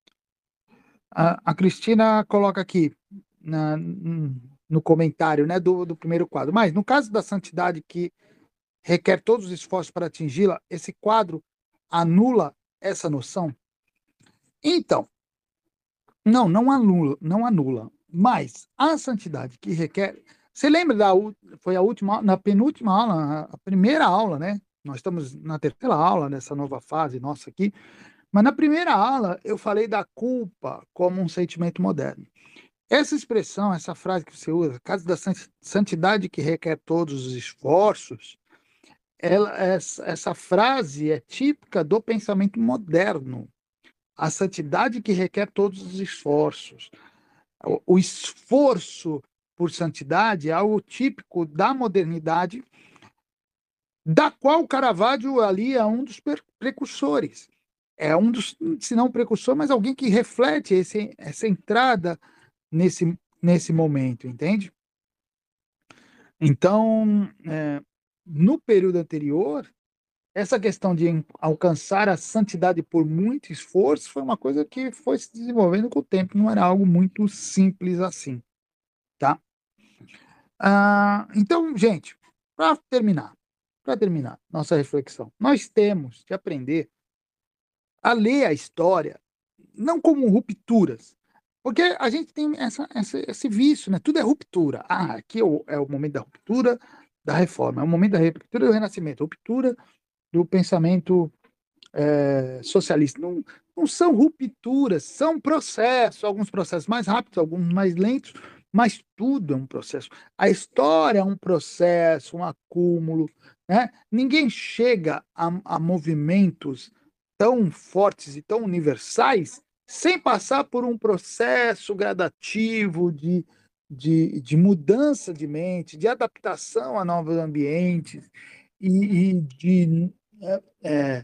[SPEAKER 1] A Cristina coloca aqui no comentário, né, do primeiro quadro. Mas, no caso da santidade que requer todos os esforços para atingi-la, esse quadro anula essa noção? Então, não anula, não anula. Mas a santidade que requer. Você lembra foi a última, na penúltima aula, a primeira aula, né? Nós estamos na terceira aula dessa nova fase nossa aqui. Mas na primeira aula eu falei da culpa como um sentimento moderno. Essa expressão, essa frase que você usa, caso da santidade que requer todos os esforços, essa frase é típica do pensamento moderno. A santidade que requer todos os esforços. O esforço por santidade é algo típico da modernidade, da qual Caravaggio ali é um dos precursores. É um dos, se não precursor, mas alguém que reflete essa entrada nesse momento, entende? Então, no período anterior, essa questão de alcançar a santidade por muito esforço foi uma coisa que foi se desenvolvendo com o tempo, não era algo muito simples assim, tá? Então, gente, para terminar nossa reflexão, nós temos que aprender a ler a história não como rupturas, porque a gente tem esse vício, né? Tudo é ruptura. Aqui é o momento da ruptura da reforma, é o momento da ruptura do renascimento, ruptura do pensamento socialista. Não são rupturas, são processos, alguns processos mais rápidos, alguns mais lentos, mas tudo é um processo. A história é um processo, um acúmulo, né? Ninguém chega a movimentos tão fortes e tão universais sem passar por um processo gradativo de mudança de mente, de adaptação a novos ambientes e de é,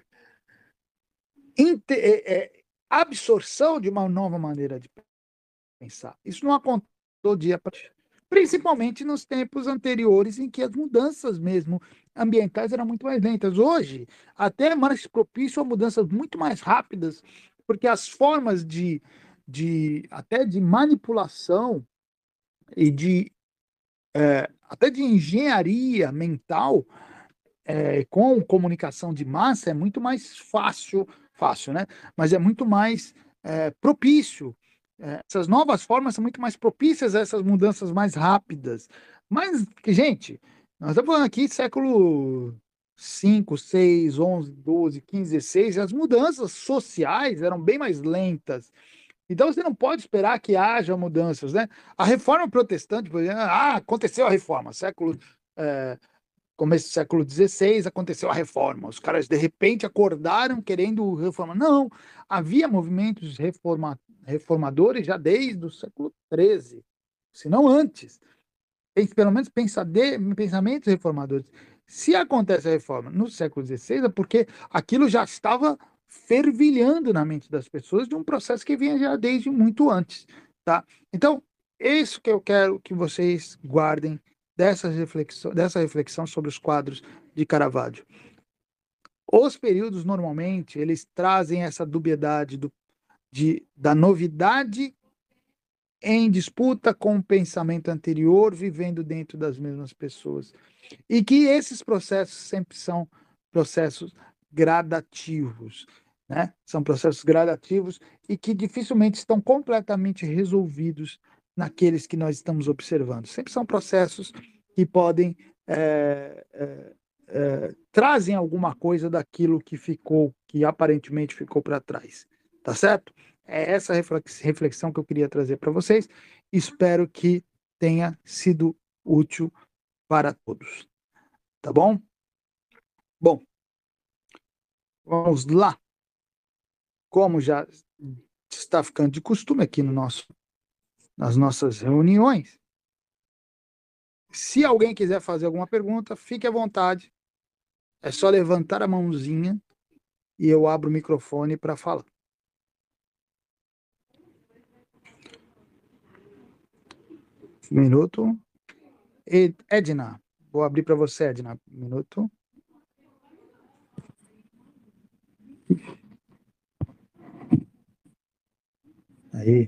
[SPEAKER 1] absorção de uma nova maneira de pensar. Isso não aconteceu do dia para principalmente nos tempos anteriores em que as mudanças mesmo ambientais eram muito mais lentas. Hoje, até é mais propício a mudanças muito mais rápidas, porque as formas até de manipulação e até de engenharia mental com comunicação de massa é muito mais fácil, né? Mas é muito mais propício. Essas novas formas são muito mais propícias a essas mudanças mais rápidas. Mas, gente, nós estamos falando aqui século 5, 6, 11, 12, 15, 16, e as mudanças sociais eram bem mais lentas. Então você não pode esperar que haja mudanças, né? A reforma protestante, por exemplo, aconteceu a reforma, começo do século XVI aconteceu a reforma. Os caras de repente acordaram querendo reformar. Não, havia movimentos reformadores já desde o século XIII, se não antes. Tem pelo menos pensamentos reformadores. Se acontece a reforma no século XVI, é porque aquilo já estava fervilhando na mente das pessoas de um processo que vinha já desde muito antes, tá? Então, é isso que eu quero que vocês guardem dessa reflexão sobre os quadros de Caravaggio. Os períodos, normalmente, eles trazem essa dubiedade da novidade em disputa com o pensamento anterior, vivendo dentro das mesmas pessoas. E que esses processos sempre são processos gradativos, né? São processos gradativos e que dificilmente estão completamente resolvidos naqueles que nós estamos observando. Sempre são processos que podem trazem alguma coisa daquilo que aparentemente ficou para trás, tá certo? É essa reflexão que eu queria trazer para vocês. Espero que tenha sido útil para todos. Tá bom? Bom, vamos lá. Como já está ficando de costume aqui no nas nossas reuniões. Se alguém quiser fazer alguma pergunta, fique à vontade. É só levantar a mãozinha e eu abro o microfone para falar. Um minuto. Edna, vou abrir para você, Edna. Um minuto. Aí.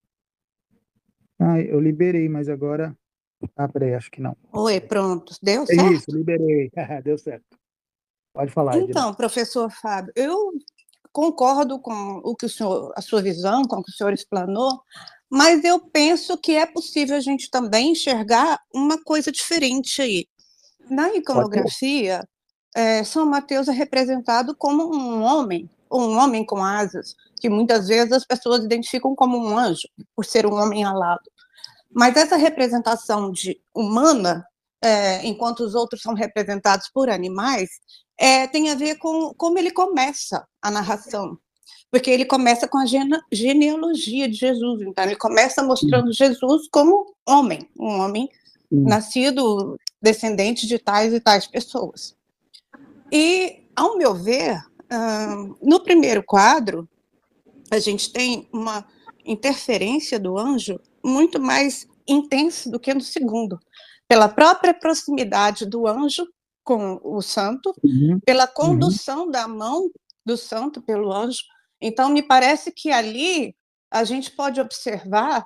[SPEAKER 1] Ah, eu liberei, mas agora. Ah, peraí, acho que não.
[SPEAKER 2] Oi, pronto. Deu
[SPEAKER 1] É isso,
[SPEAKER 2] certo?
[SPEAKER 1] liberei. Deu certo. Pode falar, Edna.
[SPEAKER 2] Então, professor Fábio, eu concordo com o que o senhor, a sua visão, com o que o senhor explanou, mas eu penso que é possível a gente também enxergar uma coisa diferente aí. Na
[SPEAKER 1] Pode ser.
[SPEAKER 2] iconografia, São Mateus é representado como um homem, ou um homem com asas, que muitas vezes as pessoas identificam como um anjo, por ser um homem alado. Mas essa representação de humana, enquanto os outros são representados por animais, tem a ver com como ele começa a narração. Porque ele começa com a genealogia de Jesus. Então, ele começa mostrando Jesus como homem, um homem nascido descendente de tais e tais pessoas. E, ao meu ver, no primeiro quadro, a gente tem uma interferência do anjo muito mais intensa do que no segundo, pela própria proximidade do anjo com o santo, pela condução da mão do santo pelo anjo. Então, me parece que ali a gente pode observar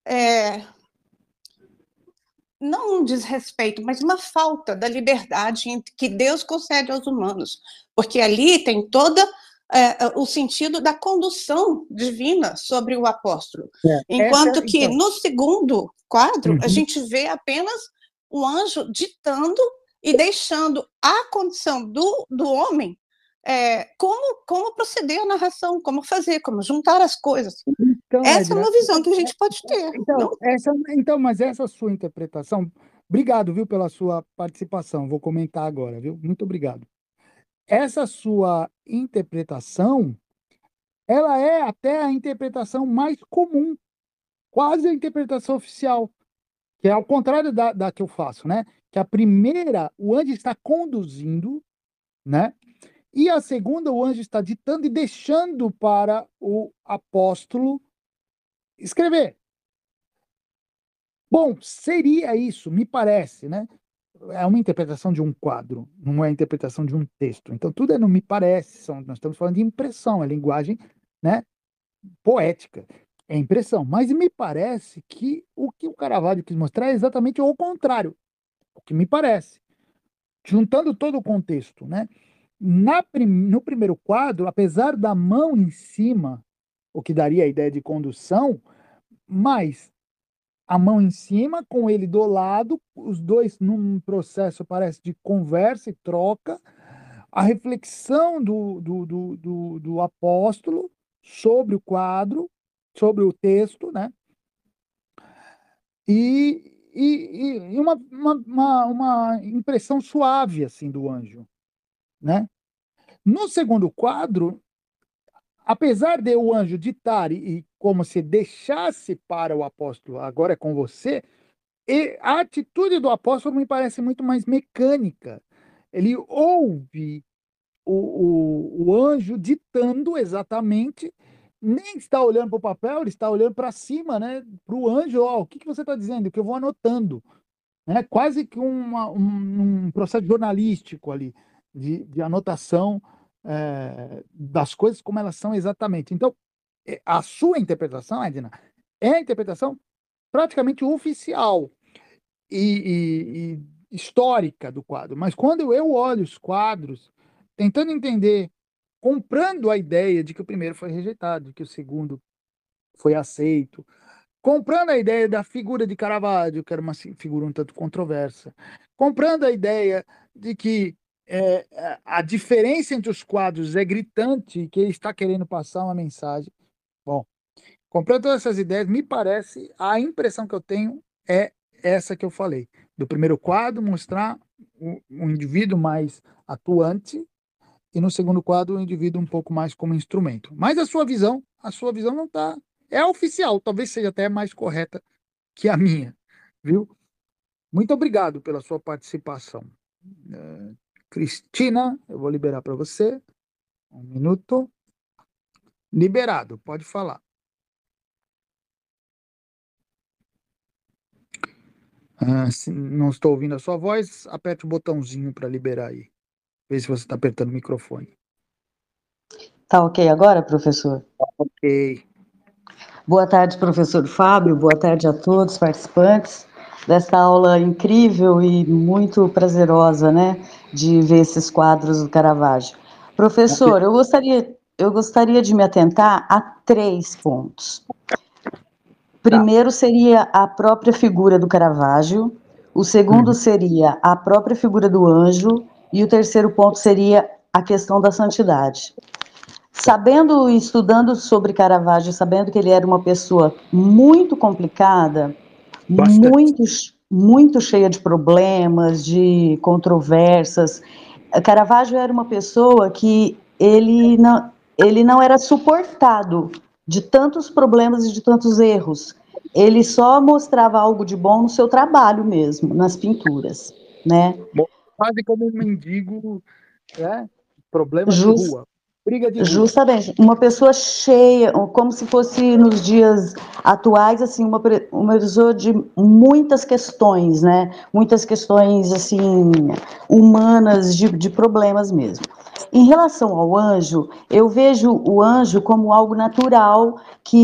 [SPEAKER 2] não um desrespeito, mas uma falta da liberdade que Deus concede aos humanos, porque ali tem todo o sentido da condução divina sobre o apóstolo, enquanto que
[SPEAKER 1] então,
[SPEAKER 2] no segundo quadro a gente vê apenas o anjo ditando e deixando a condição do homem como proceder a narração, como fazer, como juntar as coisas.
[SPEAKER 1] Então,
[SPEAKER 2] Essa é
[SPEAKER 1] Edna,
[SPEAKER 2] uma visão que a gente pode ter.
[SPEAKER 1] mas essa sua interpretação, obrigado, viu, pela sua participação. Vou comentar agora, viu? Muito obrigado. Essa sua interpretação, ela é até a interpretação mais comum, quase a interpretação oficial, que é ao contrário da que eu faço, né? Que a primeira, o anjo está conduzindo, né? E a segunda, o anjo está ditando e deixando para o apóstolo escrever. Bom, seria isso, me parece, né? É uma interpretação de um quadro, não é a interpretação de um texto. Então, tudo é no me parece, nós estamos falando de impressão, é linguagem, né, poética, é impressão. Mas me parece que o que o Caravaggio quis mostrar é exatamente o contrário, o que me parece, juntando todo o contexto, né? No primeiro quadro, apesar da mão em cima, o que daria a ideia de condução, mas a mão em cima, com ele do lado, os dois num processo, parece, de conversa e troca, a reflexão do apóstolo sobre o quadro, sobre o texto, né? E uma impressão suave, assim, do anjo, né? No segundo quadro, apesar de o anjo ditar e como se deixasse para o apóstolo, agora é com você, e a atitude do apóstolo me parece muito mais mecânica. Ele ouve o anjo ditando exatamente, nem está olhando para o papel, ele está olhando para cima, né? Para o anjo, ó, o que você está dizendo? Que eu vou anotando, né? Quase que um processo jornalístico ali, de anotação das coisas como elas são exatamente. Então, a sua interpretação, Edna, é a interpretação praticamente oficial e histórica do quadro. Mas quando eu olho os quadros, tentando entender, comprando a ideia de que o primeiro foi rejeitado, de que o segundo foi aceito, comprando a ideia da figura de Caravaggio, que era uma figura um tanto controversa, comprando a ideia de que a diferença entre os quadros é gritante e que ele está querendo passar uma mensagem. Bom, comprando todas essas ideias, me parece, a impressão que eu tenho é essa que eu falei. Do primeiro quadro, mostrar um indivíduo mais atuante, e no segundo quadro, o indivíduo um pouco mais como instrumento. Mas a sua visão não está é a oficial, talvez seja até mais correta que a minha, viu? Muito obrigado pela sua participação. Eh, Cristina, eu vou liberar para você. Um minuto. Liberado, pode falar. Se não estou ouvindo a sua voz, aperte o botãozinho para liberar aí. Vê se você está apertando o microfone.
[SPEAKER 3] Tá ok agora, professor?
[SPEAKER 1] Ok.
[SPEAKER 3] Boa tarde, professor Fábio. Boa tarde a todos os participantes desta aula incrível e muito prazerosa, né, de ver esses quadros do Caravaggio. Professor, eu gostaria de me atentar a 3 pontos. Primeiro seria a própria figura do Caravaggio, o segundo seria a própria figura do anjo, e o terceiro ponto seria a questão da santidade. Sabendo e estudando sobre Caravaggio, sabendo que ele era uma pessoa muito complicada,
[SPEAKER 1] Bastante.
[SPEAKER 3] muito cheia de problemas, de controvérsias, Caravaggio era uma pessoa que ele não era suportado de tantos problemas e de tantos erros. Ele só mostrava algo de bom no seu trabalho mesmo, nas pinturas, né?
[SPEAKER 1] Bom, quase como um mendigo, né? Problema de
[SPEAKER 3] Just,
[SPEAKER 1] rua, briga de rua.
[SPEAKER 3] Justamente, uma pessoa cheia, como se fosse nos dias atuais, assim, uma pessoa de muitas questões, né? Muitas questões, assim, humanas, de problemas mesmo. Em relação ao anjo, eu vejo o anjo como algo natural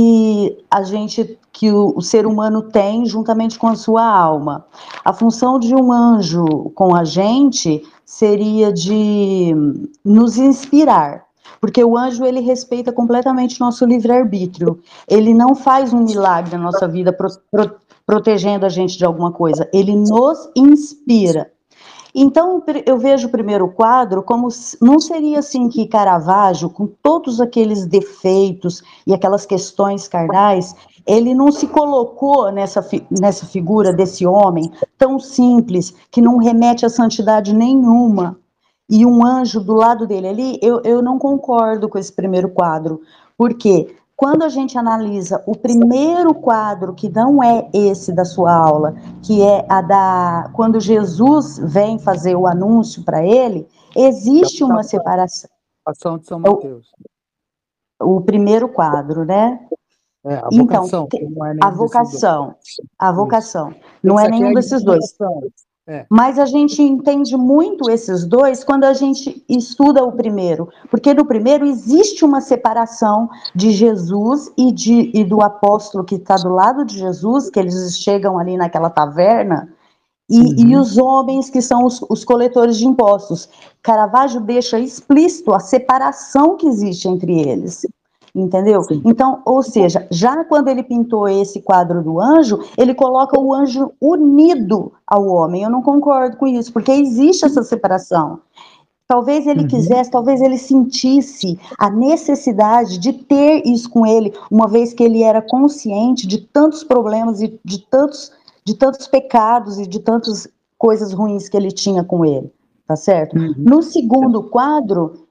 [SPEAKER 3] que o ser humano tem juntamente com a sua alma. A função de um anjo com a gente seria de nos inspirar, porque o anjo, ele respeita completamente nosso livre-arbítrio. Ele não faz um milagre na nossa vida protegendo a gente de alguma coisa. Ele nos inspira. Então, eu vejo o primeiro quadro como não seria assim que Caravaggio, com todos aqueles defeitos e aquelas questões carnais, ele não se colocou nessa figura desse homem tão simples, que não remete a santidade nenhuma, e um anjo do lado dele ali. Eu não concordo com esse primeiro quadro, porque quando a gente analisa o primeiro quadro, que não é esse da sua aula, que é quando Jesus vem fazer o anúncio para ele, existe uma separação.
[SPEAKER 1] Ação de São Mateus.
[SPEAKER 3] O primeiro quadro, né?
[SPEAKER 1] A
[SPEAKER 3] Então,
[SPEAKER 1] vocação, não é
[SPEAKER 3] a
[SPEAKER 1] nenhum desses dois.
[SPEAKER 3] vocação, não
[SPEAKER 1] Esse
[SPEAKER 3] é
[SPEAKER 1] aqui é a
[SPEAKER 3] nenhum desses dois.
[SPEAKER 1] inspiração. É.
[SPEAKER 3] Mas a gente entende muito esses dois quando a gente estuda o primeiro, porque no primeiro existe uma separação de Jesus e do apóstolo que está do lado de Jesus, que eles chegam ali naquela taverna, e os homens que são os coletores de impostos. Caravaggio deixa explícito a separação que existe entre eles. Entendeu?
[SPEAKER 1] Sim.
[SPEAKER 3] Então, ou seja, já quando ele pintou esse quadro do anjo, ele coloca o anjo unido ao homem. Eu não concordo com isso, porque existe essa separação. Talvez ele quisesse, talvez ele sentisse a necessidade de ter isso com ele, uma vez que ele era consciente de tantos problemas e de tantos pecados e de tantas coisas ruins que ele tinha com ele, tá certo? No segundo quadro,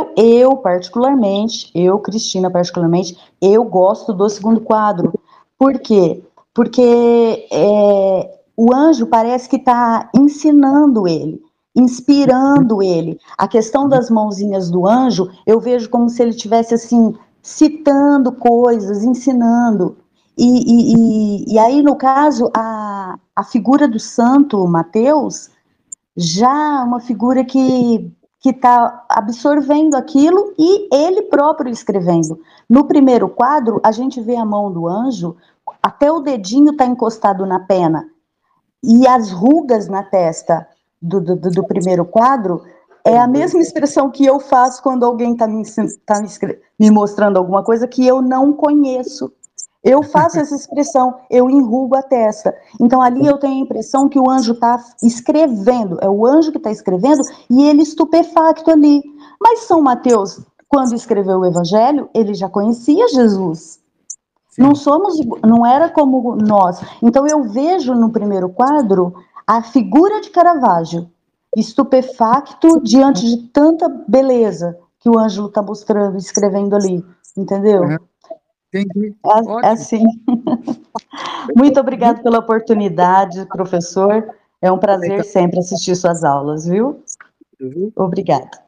[SPEAKER 3] Cristina, particularmente, eu gosto do segundo quadro. Por quê? Porque o anjo parece que está ensinando ele, inspirando ele. A questão das mãozinhas do anjo, eu vejo como se ele estivesse assim, citando coisas, ensinando. E aí, no caso, a figura do santo Mateus, já uma figura que está absorvendo aquilo e ele próprio escrevendo. No primeiro quadro, a gente vê a mão do anjo, até o dedinho está encostado na pena, e as rugas na testa do primeiro quadro é a mesma expressão que eu faço quando alguém está me mostrando alguma coisa que eu não conheço. Eu faço essa expressão, eu enrugo a testa. Então ali eu tenho a impressão que o anjo está escrevendo, é o anjo que está escrevendo e ele estupefacto ali. Mas São Mateus, quando escreveu o Evangelho, ele já conhecia Jesus. Não era como nós. Então eu vejo no primeiro quadro a figura de Caravaggio, estupefacto diante de tanta beleza que o Ângelo está mostrando, escrevendo ali, entendeu?
[SPEAKER 1] Entendi.
[SPEAKER 3] É
[SPEAKER 1] Ótimo.
[SPEAKER 3] assim. Muito obrigado pela oportunidade, professor. É um prazer sempre assistir suas aulas, viu? Obrigada.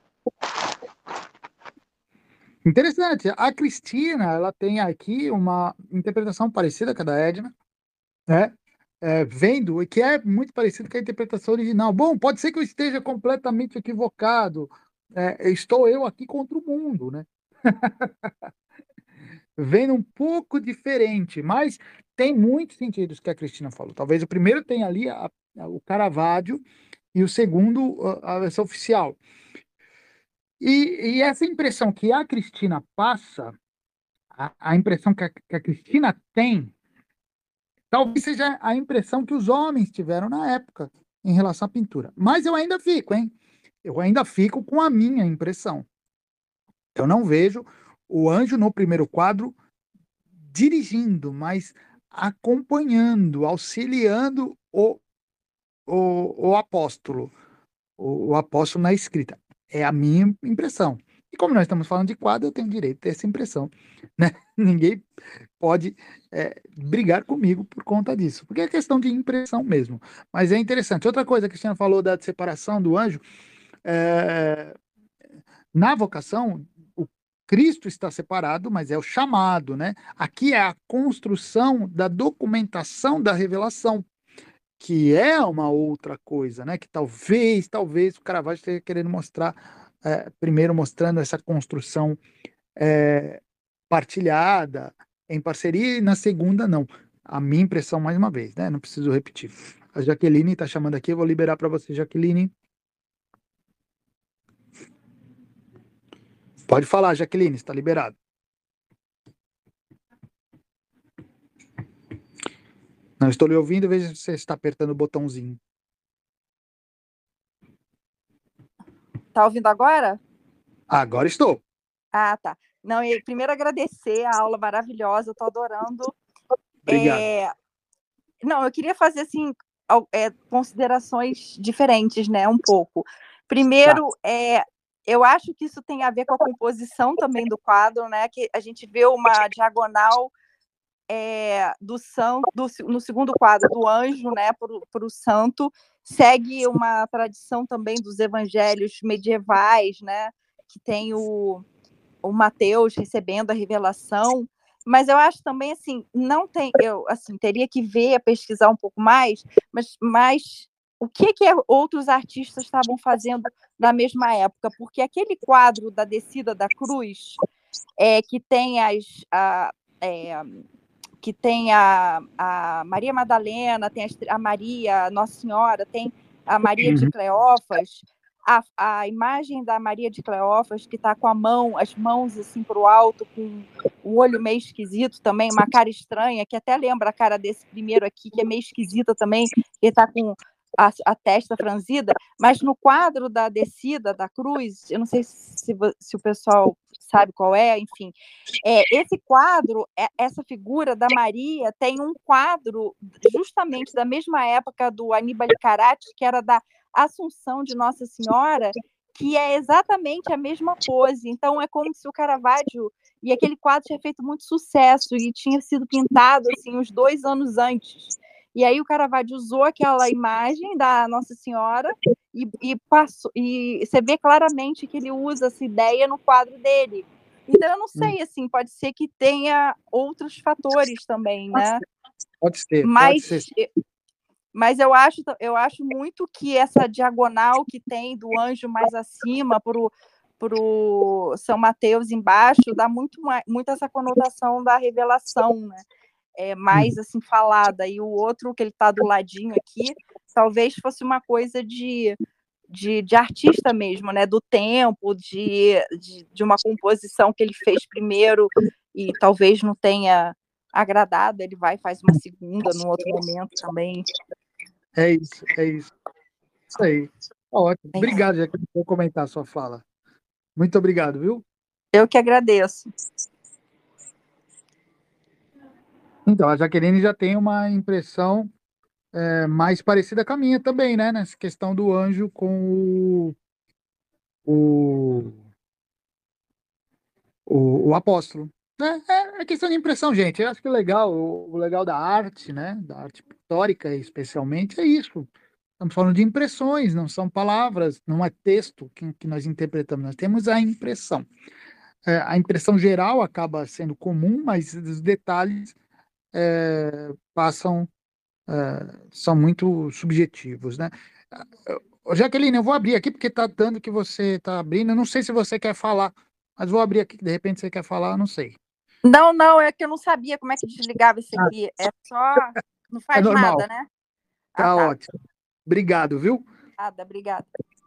[SPEAKER 1] Interessante. A Cristina, ela tem aqui uma interpretação parecida com a da Edna, né? Vendo, e que é muito parecido com a interpretação original. Bom, pode ser que eu esteja completamente equivocado. Estou eu aqui contra o mundo, né? Vendo um pouco diferente, mas tem muitos sentidos que a Cristina falou. Talvez o primeiro tenha ali o Caravaggio e o segundo a versão oficial. E essa impressão que a Cristina passa, a impressão que a Cristina tem, talvez seja a impressão que os homens tiveram na época em relação à pintura. Mas eu ainda fico, hein? Eu ainda fico com a minha impressão. Eu não vejo o anjo no primeiro quadro dirigindo, mas acompanhando, auxiliando o apóstolo, o apóstolo na escrita. É a minha impressão. E como nós estamos falando de quadro, eu tenho direito a ter essa impressão, né? Ninguém pode brigar comigo por conta disso, porque é questão de impressão mesmo. Mas é interessante. Outra coisa, a Cristina falou da separação do anjo. é, Na vocação, o Cristo está separado, mas é o chamado, né? Aqui é a construção da documentação da revelação, que é uma outra coisa, né? Que talvez o Caravaggio esteja querendo mostrar, primeiro mostrando essa construção partilhada, em parceria, e na segunda, não. A minha impressão, mais uma vez, né? Não preciso repetir. A Jaqueline está chamando aqui, eu vou liberar para você, Jaqueline. Pode falar, Jaqueline, está liberado. Não estou lhe ouvindo, veja se você está apertando o botãozinho.
[SPEAKER 4] Tá ouvindo agora?
[SPEAKER 1] Agora estou.
[SPEAKER 4] Ah, tá. Não, e primeiro agradecer a aula maravilhosa, eu tô adorando.
[SPEAKER 1] Obrigado.
[SPEAKER 4] Não, eu queria fazer assim considerações diferentes, né? Um pouco. Primeiro, eu acho que isso tem a ver com a composição também do quadro, né? Que a gente vê uma diagonal do santo, no segundo quadro, do anjo, né? Para o santo, segue uma tradição também dos evangelhos medievais, né? Que tem o Mateus recebendo a revelação, mas eu acho também assim, não tem, eu assim teria que ver, pesquisar um pouco mais, mas o que outros artistas estavam fazendo na mesma época? Porque aquele quadro da descida da cruz, que tem que tem a Maria Madalena, tem a Maria Nossa Senhora, tem a Maria de Cleófas, a imagem da Maria de Cleófas, que está com as mãos assim para o alto, com o olho meio esquisito também, uma cara estranha, que até lembra a cara desse primeiro aqui, que é meio esquisita também, que está com a testa franzida, mas no quadro da descida da cruz, eu não sei se o pessoal sabe qual é, enfim, esse quadro, essa figura da Maria, tem um quadro justamente da mesma época do Aníbal Carracci, que era da Assunção de Nossa Senhora, que é exatamente a mesma pose. Então, é como se o Caravaggio e aquele quadro tinha feito muito sucesso e tinha sido pintado assim uns 2 anos antes. E aí o Caravaggio usou aquela imagem da Nossa Senhora e passou, e você vê claramente que ele usa essa ideia no quadro dele. Então, eu não sei, assim, pode ser que tenha outros fatores também, né?
[SPEAKER 1] Pode ser.
[SPEAKER 4] Mas eu acho muito que essa diagonal que tem do anjo mais acima para o São Mateus embaixo dá muito essa conotação da revelação, né? Mais assim falada, e o outro que ele está do ladinho aqui talvez fosse uma coisa de artista mesmo, né? Do tempo, de uma composição que ele fez primeiro e talvez não tenha agradado, ele vai e faz uma segunda num outro momento também.
[SPEAKER 1] É isso. Isso aí. Ótimo. Obrigado, já que eu comentar a sua fala. Muito obrigado, viu?
[SPEAKER 4] Eu que agradeço.
[SPEAKER 1] Então, a Jaqueline já tem uma impressão mais parecida com a minha também, né? Nessa questão do anjo com o apóstolo. É questão de impressão, gente. Eu acho que o legal da arte, né, da arte pictórica especialmente, é isso. Estamos falando de impressões, não são palavras, não é texto que nós interpretamos, nós temos a impressão. A impressão geral acaba sendo comum, mas os detalhes passam, são muito subjetivos, né? Jaqueline, eu vou abrir aqui porque está dando que você está abrindo. Eu não sei se você quer falar, mas vou abrir aqui, que de repente você quer falar, eu não sei.
[SPEAKER 4] Não, não, é que eu não sabia como é que desligava isso aqui. É só. Não
[SPEAKER 1] É
[SPEAKER 4] faz
[SPEAKER 1] normal,
[SPEAKER 4] nada, né?
[SPEAKER 1] tá
[SPEAKER 4] Tá.
[SPEAKER 1] ótimo. Obrigado, viu?
[SPEAKER 4] Nada, obrigada.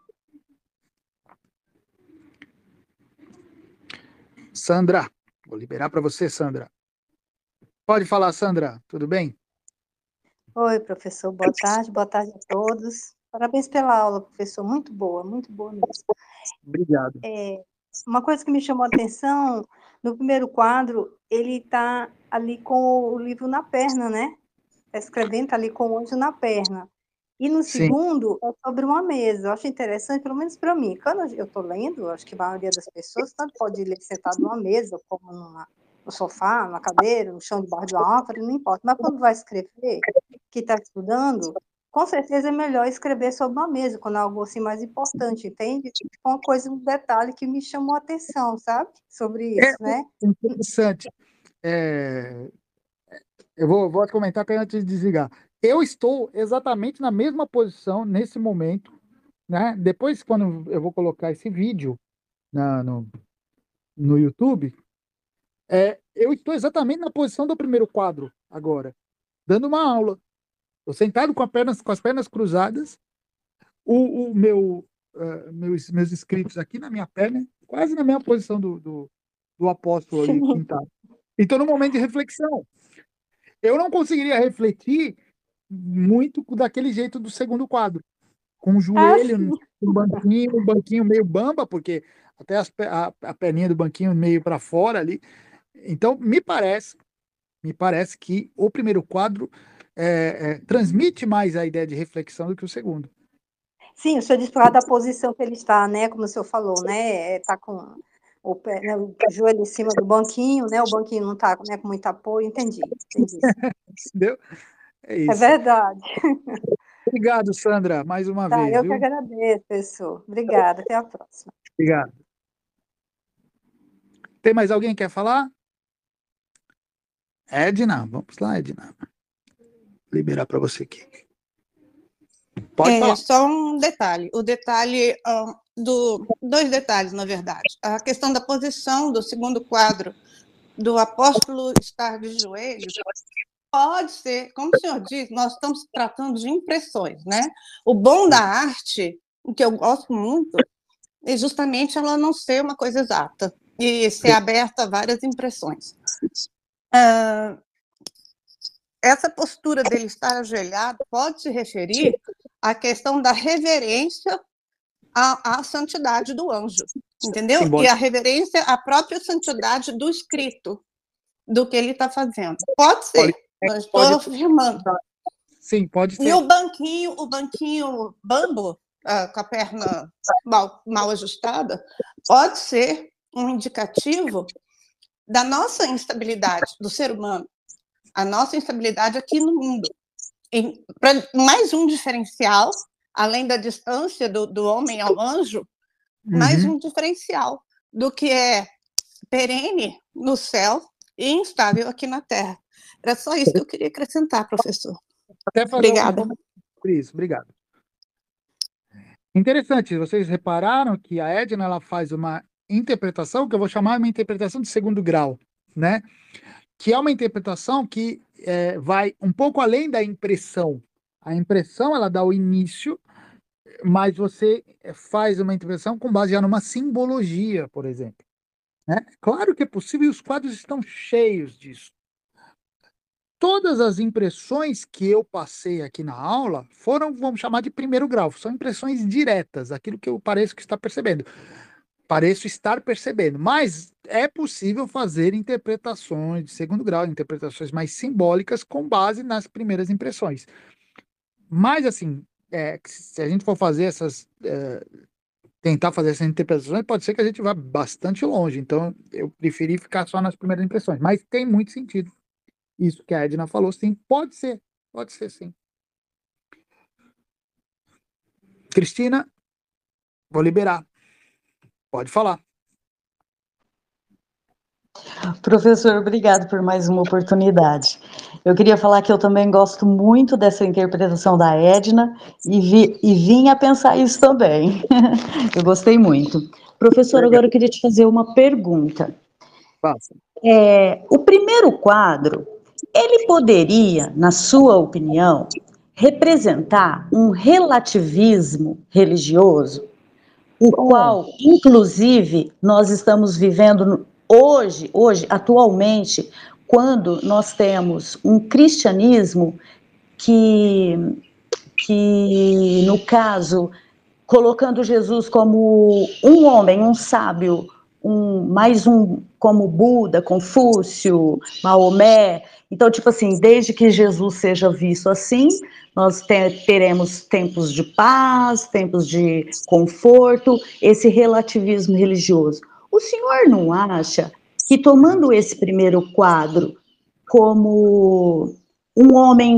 [SPEAKER 1] Sandra, vou liberar para você, Sandra. Pode falar, Sandra, tudo bem?
[SPEAKER 5] Oi, professor, boa tarde a todos. Parabéns pela aula, professor, muito boa mesmo.
[SPEAKER 1] Obrigado.
[SPEAKER 5] Uma coisa que me chamou a atenção, no primeiro quadro, ele está ali com o livro na perna, né? Está escrevendo, tá ali com o anjo na perna. E no
[SPEAKER 1] Sim.
[SPEAKER 5] segundo, é sobre uma mesa. Eu acho interessante, pelo menos para mim. Quando eu estou lendo, acho que a maioria das pessoas tanto pode ler sentado numa mesa, como no sofá, na cadeira, no chão debaixo de uma árvore, não importa. Mas quando vai escrever, que está estudando, com certeza é melhor escrever sobre uma mesa, quando é algo assim mais importante, entende? Uma coisa, um detalhe que me chamou a atenção, sabe? Sobre isso, né?
[SPEAKER 1] Interessante. Eu vou comentar antes de desligar. Eu estou exatamente na mesma posição nesse momento, né? Depois, quando eu vou colocar esse vídeo no YouTube, eu estou exatamente na posição do primeiro quadro agora, dando uma aula. Estou sentado com as pernas cruzadas, meus escritos aqui na minha perna, quase na mesma posição do apóstolo ali pintado. Então, no momento de reflexão, eu não conseguiria refletir muito daquele jeito do segundo quadro, com o joelho no banquinho meio bamba, porque até a perninha do banquinho meio para fora ali. Então, me parece que o primeiro quadro transmite mais a ideia de reflexão do que o segundo.
[SPEAKER 5] Sim, o senhor disse por causa da posição que ele está, né? Como o senhor falou, né? Está com o pé, né, o joelho em cima do banquinho, né? O banquinho não está, né, com muito apoio. Entendi.
[SPEAKER 1] Entendeu? É
[SPEAKER 5] É
[SPEAKER 1] isso.
[SPEAKER 5] verdade.
[SPEAKER 1] Obrigado, Sandra, mais uma
[SPEAKER 5] Tá,
[SPEAKER 1] vez,
[SPEAKER 5] eu que
[SPEAKER 1] viu?
[SPEAKER 5] agradeço, professor. Obrigada, até a próxima.
[SPEAKER 1] Obrigado. Tem mais alguém que quer falar? Edna, vamos lá, Edna. Vou liberar para você aqui. Pode falar.
[SPEAKER 2] Só um detalhe. O detalhe dois detalhes, na verdade. A questão da posição do segundo quadro do apóstolo estar de joelhos pode ser, como o senhor diz, nós estamos tratando de impressões, né? O bom da arte, o que eu gosto muito, é justamente ela não ser uma coisa exata e ser aberta a várias impressões. Essa postura dele estar ajoelhado pode se referir à questão da reverência à santidade do anjo, entendeu?
[SPEAKER 1] Simbólico.
[SPEAKER 2] E a reverência à própria santidade do escrito, do que ele está fazendo. Pode ser, não estou afirmando.
[SPEAKER 1] Sim, pode ser.
[SPEAKER 2] E o banquinho bambo, com a perna mal ajustada, pode ser um indicativo da nossa instabilidade, do ser humano, a nossa instabilidade aqui no mundo. Mais um diferencial, além da distância do homem ao anjo, mais um diferencial do que é perene no céu e instável aqui na Terra. Era só isso que eu queria acrescentar, professor.
[SPEAKER 1] Até fazer
[SPEAKER 2] Obrigada.
[SPEAKER 1] Por isso, obrigado. Interessante, vocês repararam que a Edna ela faz uma interpretação que eu vou chamar uma interpretação de segundo grau, né? Que é uma interpretação que vai um pouco além da impressão. A impressão ela dá o início, mas você faz uma interpretação com base já numa simbologia, por exemplo. Né? Claro que é possível e os quadros estão cheios disso. Todas as impressões que eu passei aqui na aula foram, vamos chamar de primeiro grau, são impressões diretas, aquilo que eu pareço estar percebendo, mas é possível fazer interpretações de segundo grau, interpretações mais simbólicas com base nas primeiras impressões. Mas, assim, se a gente for fazer essas tentar fazer essas interpretações, pode ser que a gente vá bastante longe. Então, eu preferi ficar só nas primeiras impressões. Mas tem muito sentido. Isso que a Edna falou, sim, pode ser sim. Cristina, vou liberar. Pode falar.
[SPEAKER 3] Professor, obrigado por mais uma oportunidade. Eu queria falar que eu também gosto muito dessa interpretação da Edna e vim a pensar isso também. Eu gostei muito. Professor, agora eu queria te fazer uma pergunta.
[SPEAKER 1] Faça.
[SPEAKER 3] O primeiro quadro, ele poderia, na sua opinião, representar um relativismo religioso, o qual, inclusive, nós estamos vivendo hoje, atualmente, quando nós temos um cristianismo que no caso, colocando Jesus como um homem, um sábio, como Buda, Confúcio, Maomé. Então, tipo assim, desde que Jesus seja visto assim, nós teremos tempos de paz, tempos de conforto, esse relativismo religioso. O senhor não acha que, tomando esse primeiro quadro como um homem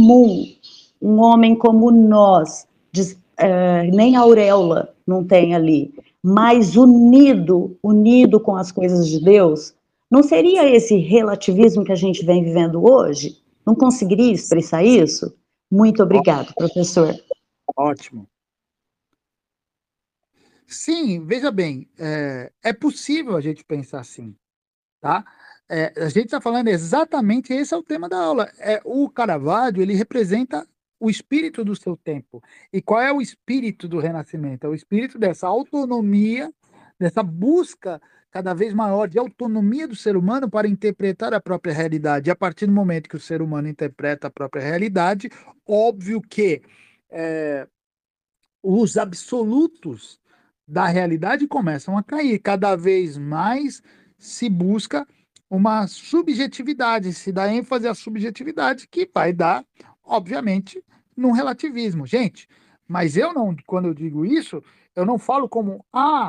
[SPEAKER 3] como nós, nem auréola não tem ali, mas unido com as coisas de Deus, não seria esse relativismo que a gente vem vivendo hoje? Não conseguiria expressar isso? Muito obrigado, professor.
[SPEAKER 1] Ótimo. Sim, veja bem, é possível a gente pensar assim, tá? A gente está falando exatamente, esse é o tema da aula. O Caravaggio, ele representa o espírito do seu tempo. E qual é o espírito do Renascimento? É o espírito dessa autonomia, dessa busca cada vez maior de autonomia do ser humano para interpretar a própria realidade. E a partir do momento que o ser humano interpreta a própria realidade, óbvio que os absolutos da realidade começam a cair. Cada vez mais se busca uma subjetividade, se dá ênfase à subjetividade, que vai dar, obviamente, num relativismo. Gente, mas quando eu digo isso, eu não falo como,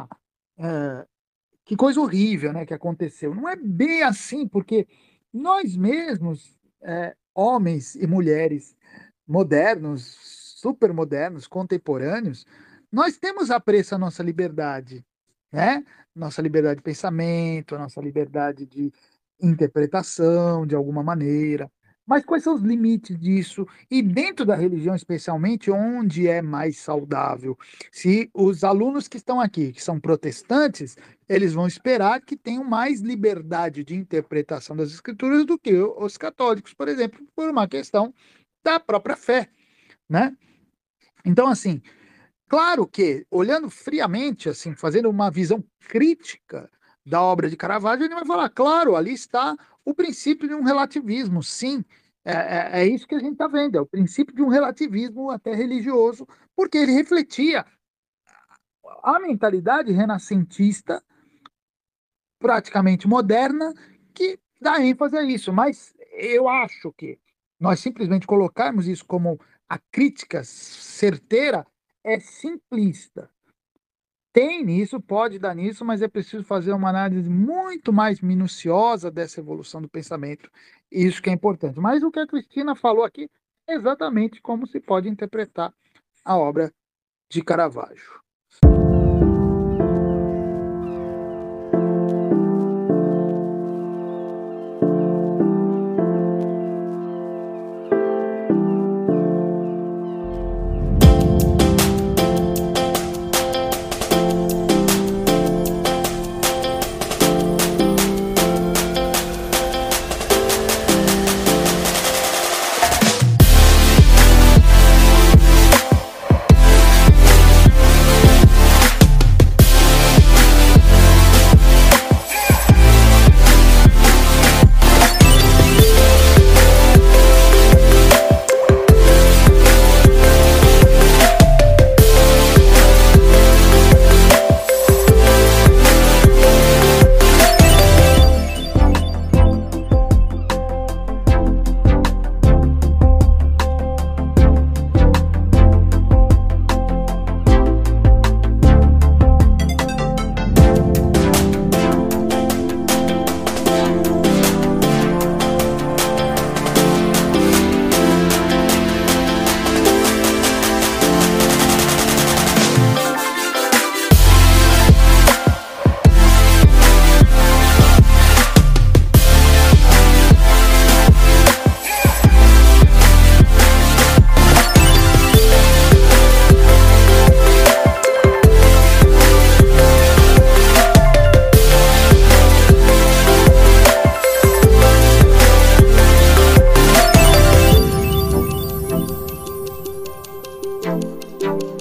[SPEAKER 1] que coisa horrível, né, que aconteceu. Não é bem assim, porque nós mesmos, homens e mulheres modernos, supermodernos, contemporâneos, nós temos apreço à nossa liberdade, né? Nossa liberdade de pensamento, a nossa liberdade de interpretação, de alguma maneira. Mas quais são os limites disso? E dentro da religião, especialmente, onde é mais saudável? Se os alunos que estão aqui, que são protestantes, eles vão esperar que tenham mais liberdade de interpretação das escrituras do que os católicos, por exemplo, por uma questão da própria fé, né? Então, assim, claro que, olhando friamente, assim, fazendo uma visão crítica da obra de Caravaggio, ele vai falar, claro, ali está o princípio de um relativismo, sim, é isso que a gente está vendo, é o princípio de um relativismo até religioso, porque ele refletia a mentalidade renascentista, praticamente moderna, que dá ênfase a isso, mas eu acho que nós simplesmente colocarmos isso como a crítica certeira é simplista. Tem nisso, pode dar nisso, mas é preciso fazer uma análise muito mais minuciosa dessa evolução do pensamento. Isso que é importante. Mas o que a Cristina falou aqui é exatamente como se pode interpretar a obra de Caravaggio. Tchau.